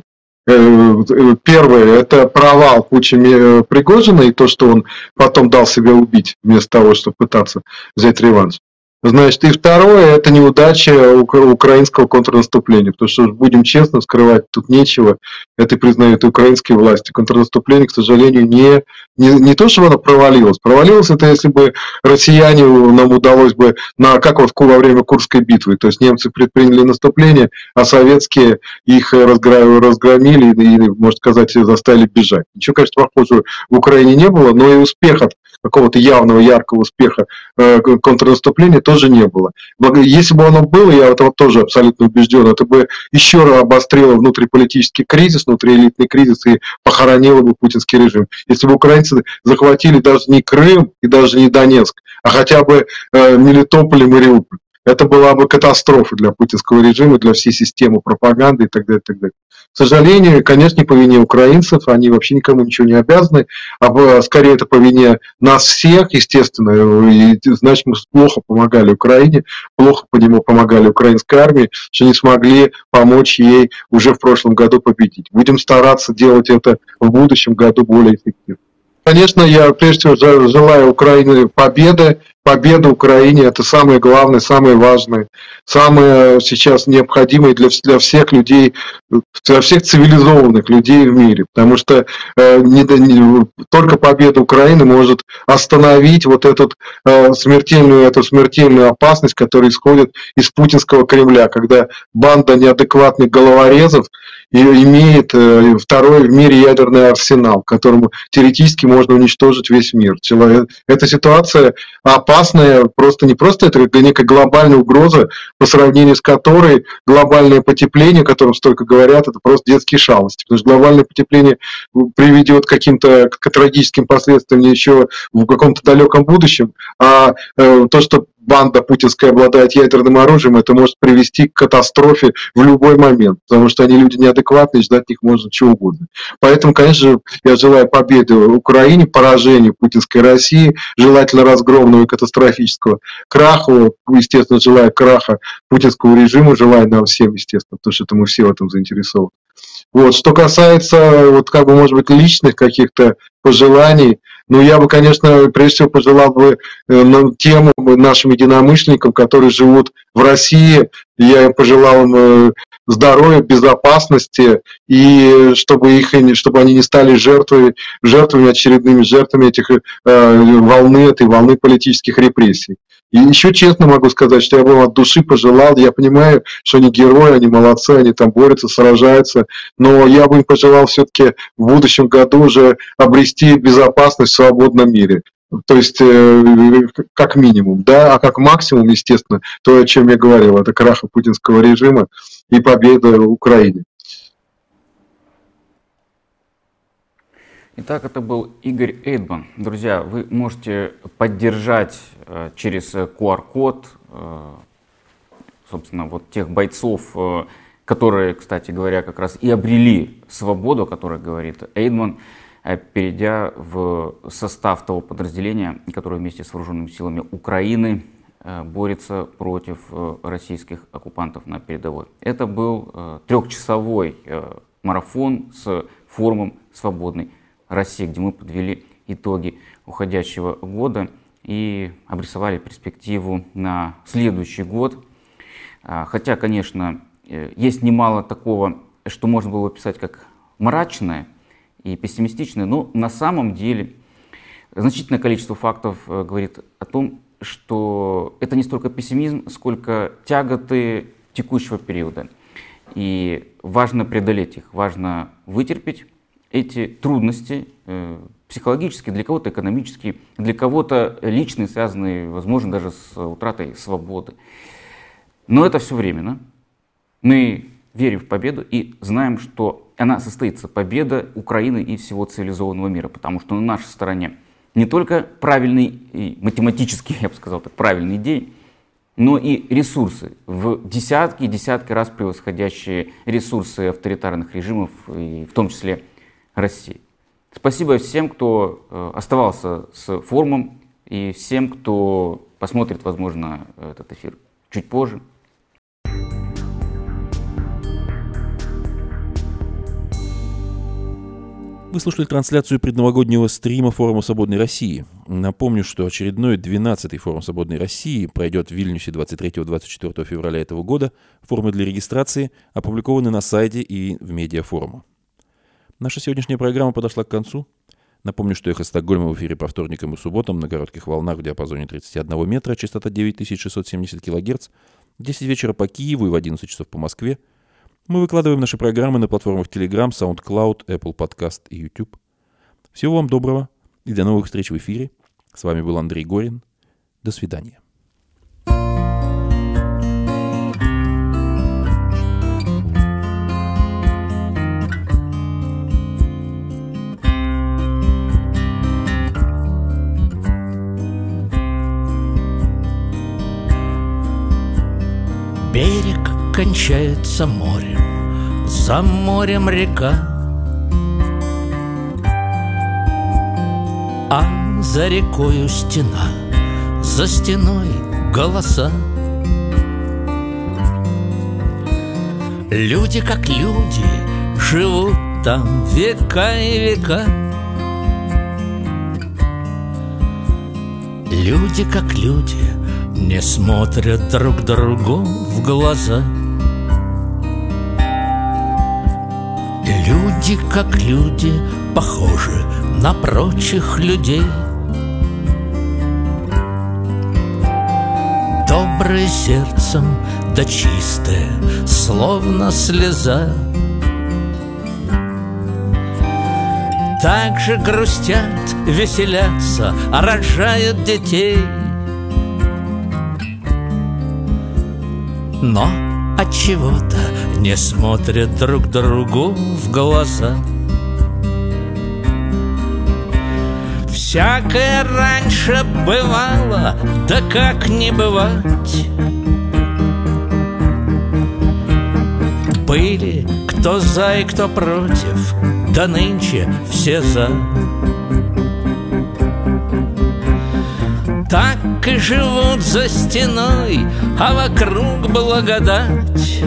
Первое – это провал путча Пригожина и то, что он потом дал себя убить, вместо того, чтобы пытаться взять реванш. Значит, и второе – это неудача украинского контрнаступления, потому что, будем честно, скрывать тут нечего, это признают и украинские власти. Контрнаступление, к сожалению, не, не, не то, что оно провалилось. Провалилось это, если бы россияне, нам удалось бы, на, как вот во время Курской битвы, то есть немцы предприняли наступление, а советские их разгромили и, можно сказать, заставили бежать. Ничего, конечно, похожего в Украине не было, но и успеха, какого-то явного, яркого успеха э, контрнаступления тоже не было. Если бы оно было, я в этом тоже абсолютно убежден, это бы еще раз обострило внутриполитический кризис, внутриэлитный кризис и похоронило бы путинский режим. Если бы украинцы захватили даже не Крым и даже не Донецк, а хотя бы э, Мелитополь и Мариуполь, это была бы катастрофа для путинского режима, для всей системы пропаганды и так далее, и так далее. К сожалению, конечно, не по вине украинцев, они вообще никому ничего не обязаны, а скорее это по вине нас всех, естественно, и, значит, мы плохо помогали Украине, плохо по нему помогали украинской армии, что не смогли помочь ей уже в прошлом году победить. Будем стараться делать это в будущем году более эффективно. Конечно, я прежде всего желаю Украине победы. Победа Украине – это самое главное, самое важное, самое сейчас необходимое для, для всех людей, для всех цивилизованных людей в мире. Потому что э, не, не, только победа Украины может остановить вот этот, э, смертельную, эту смертельную опасность, которая исходит из путинского Кремля, когда банда неадекватных головорезов и имеет э, второй в мире ядерный арсенал, которому теоретически можно уничтожить весь мир. Человек, эта ситуация опасна. Опасная, просто не просто это некая глобальная угроза, по сравнению с которой глобальное потепление, о котором столько говорят, это просто детские шалости. Потому что глобальное потепление приведет к каким-то к трагическим последствиям еще в каком-то далеком будущем, а э, то, что банда путинская обладает ядерным оружием, это может привести к катастрофе в любой момент, потому что они люди неадекватные, ждать от них можно чего угодно. Поэтому, конечно, я желаю победы Украине, поражения путинской России, желательно разгромного и катастрофического краха, естественно, желаю краха путинского режима, желаю нам всем, естественно, потому что это мы все в этом заинтересованы. Вот. Что касается, вот, как бы, может быть, личных каких-то пожеланий, ну, я бы, конечно, прежде всего пожелал бы тем нашим единомышленникам, которые живут в России, я им пожелал им здоровья, безопасности, и чтобы, их, чтобы они не стали жертвами, жертвами, очередными жертвами этих э, волны, этой волны политических репрессий. И еще честно могу сказать, что я бы им от души пожелал, я понимаю, что они герои, они молодцы, они там борются, сражаются, но я бы им пожелал все-таки в будущем году уже обрести безопасность в свободном мире. То есть, э, как минимум, да, а как максимум, естественно, то, о чем я говорил, это краха путинского режима и победа Украины. Итак, это был Игорь Эйдман. Друзья, вы можете поддержать э, через ку ар код, э, собственно, вот тех бойцов, э, которые, кстати говоря, как раз и обрели свободу, о которой говорит Эйдман. перейдя в состав того подразделения, которое вместе с вооруженными силами Украины борется против российских оккупантов на передовой. Это был трехчасовой марафон с форумом «Свободной России», где мы подвели итоги уходящего года и обрисовали перспективу на следующий год. Хотя, конечно, есть немало такого, что можно было описать как мрачное и пессимистичное, но на самом деле значительное количество фактов говорит о том, что это не столько пессимизм, сколько тяготы текущего периода. И важно преодолеть их, важно вытерпеть эти трудности, э, психологические, для кого-то экономические, для кого-то личные, связанные, возможно, даже с утратой свободы. Но это все временно. Мы верим в победу и знаем, что она состоится, победа Украины и всего цивилизованного мира, потому что на нашей стороне не только правильный и математический, я бы сказал так, правильный день, но и ресурсы, в десятки и десятки раз превосходящие ресурсы авторитарных режимов, и в том числе России. Спасибо всем, кто оставался с форумом, и всем, кто посмотрит, возможно, этот эфир чуть позже. Вы слушали трансляцию предновогоднего стрима Форума Свободной России. Напомню, что очередной двенадцатый Форум Свободной России пройдет в Вильнюсе двадцать третьего — двадцать четвёртого февраля этого года. Формы для регистрации опубликованы на сайте и в медиа форума. Наша сегодняшняя программа подошла к концу. Напомню, что «Эхо Стокгольма» в эфире по вторникам и субботам на коротких волнах в диапазоне тридцать один метра, частота девять тысяч шестьсот семьдесят килогерц, в десять вечера по Киеву и в одиннадцать часов по Москве. Мы выкладываем наши программы на платформах Telegram, SoundCloud, Apple Podcast и YouTube. Всего вам доброго и до новых встреч в эфире. С вами был Андрей Горин. До свидания. Берег кончается морем, за морем река, а за рекою стена, за стеной голоса. Люди, как люди, живут там века и века. Люди, как люди, не смотрят друг другу в глаза. Люди, как люди, похожи на прочих людей. Добрые сердцем, да чистые, словно слеза. Так же грустят, веселятся, рожают детей. Но отчего-то не смотрят друг другу в глаза. Всякое раньше бывало, да как не бывать. Были кто за и кто против, да нынче все за. Так и живут за стеной, а вокруг благодать.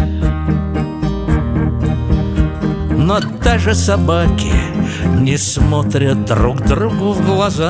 Но даже собаки не смотрят друг другу в глаза.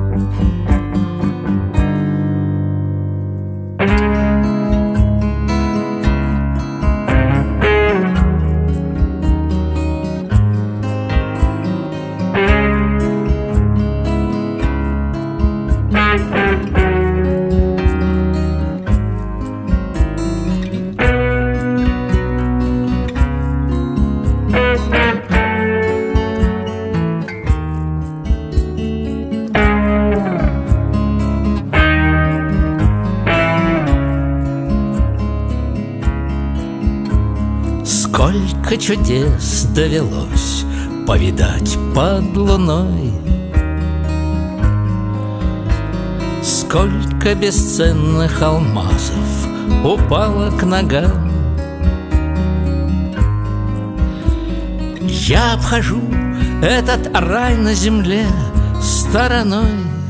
Сколько чудес довелось повидать под луной, сколько бесценных алмазов упало к ногам. Я обхожу этот рай на земле стороной.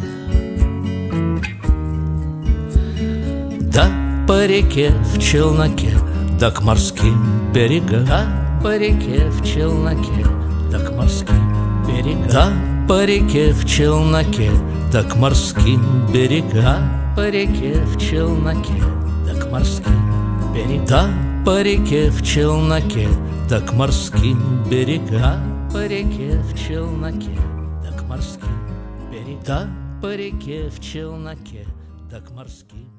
Да по реке в челноке, да к морским берегам, да по реке в челноке, да к морским берегам, да по реке в челноке, да к морским берегам, по реке в челноке, да к морским берегам, да по реке в челноке, да к морским берегам, по реке в челноке, да к морским берегам, да по реке в челноке, да к морским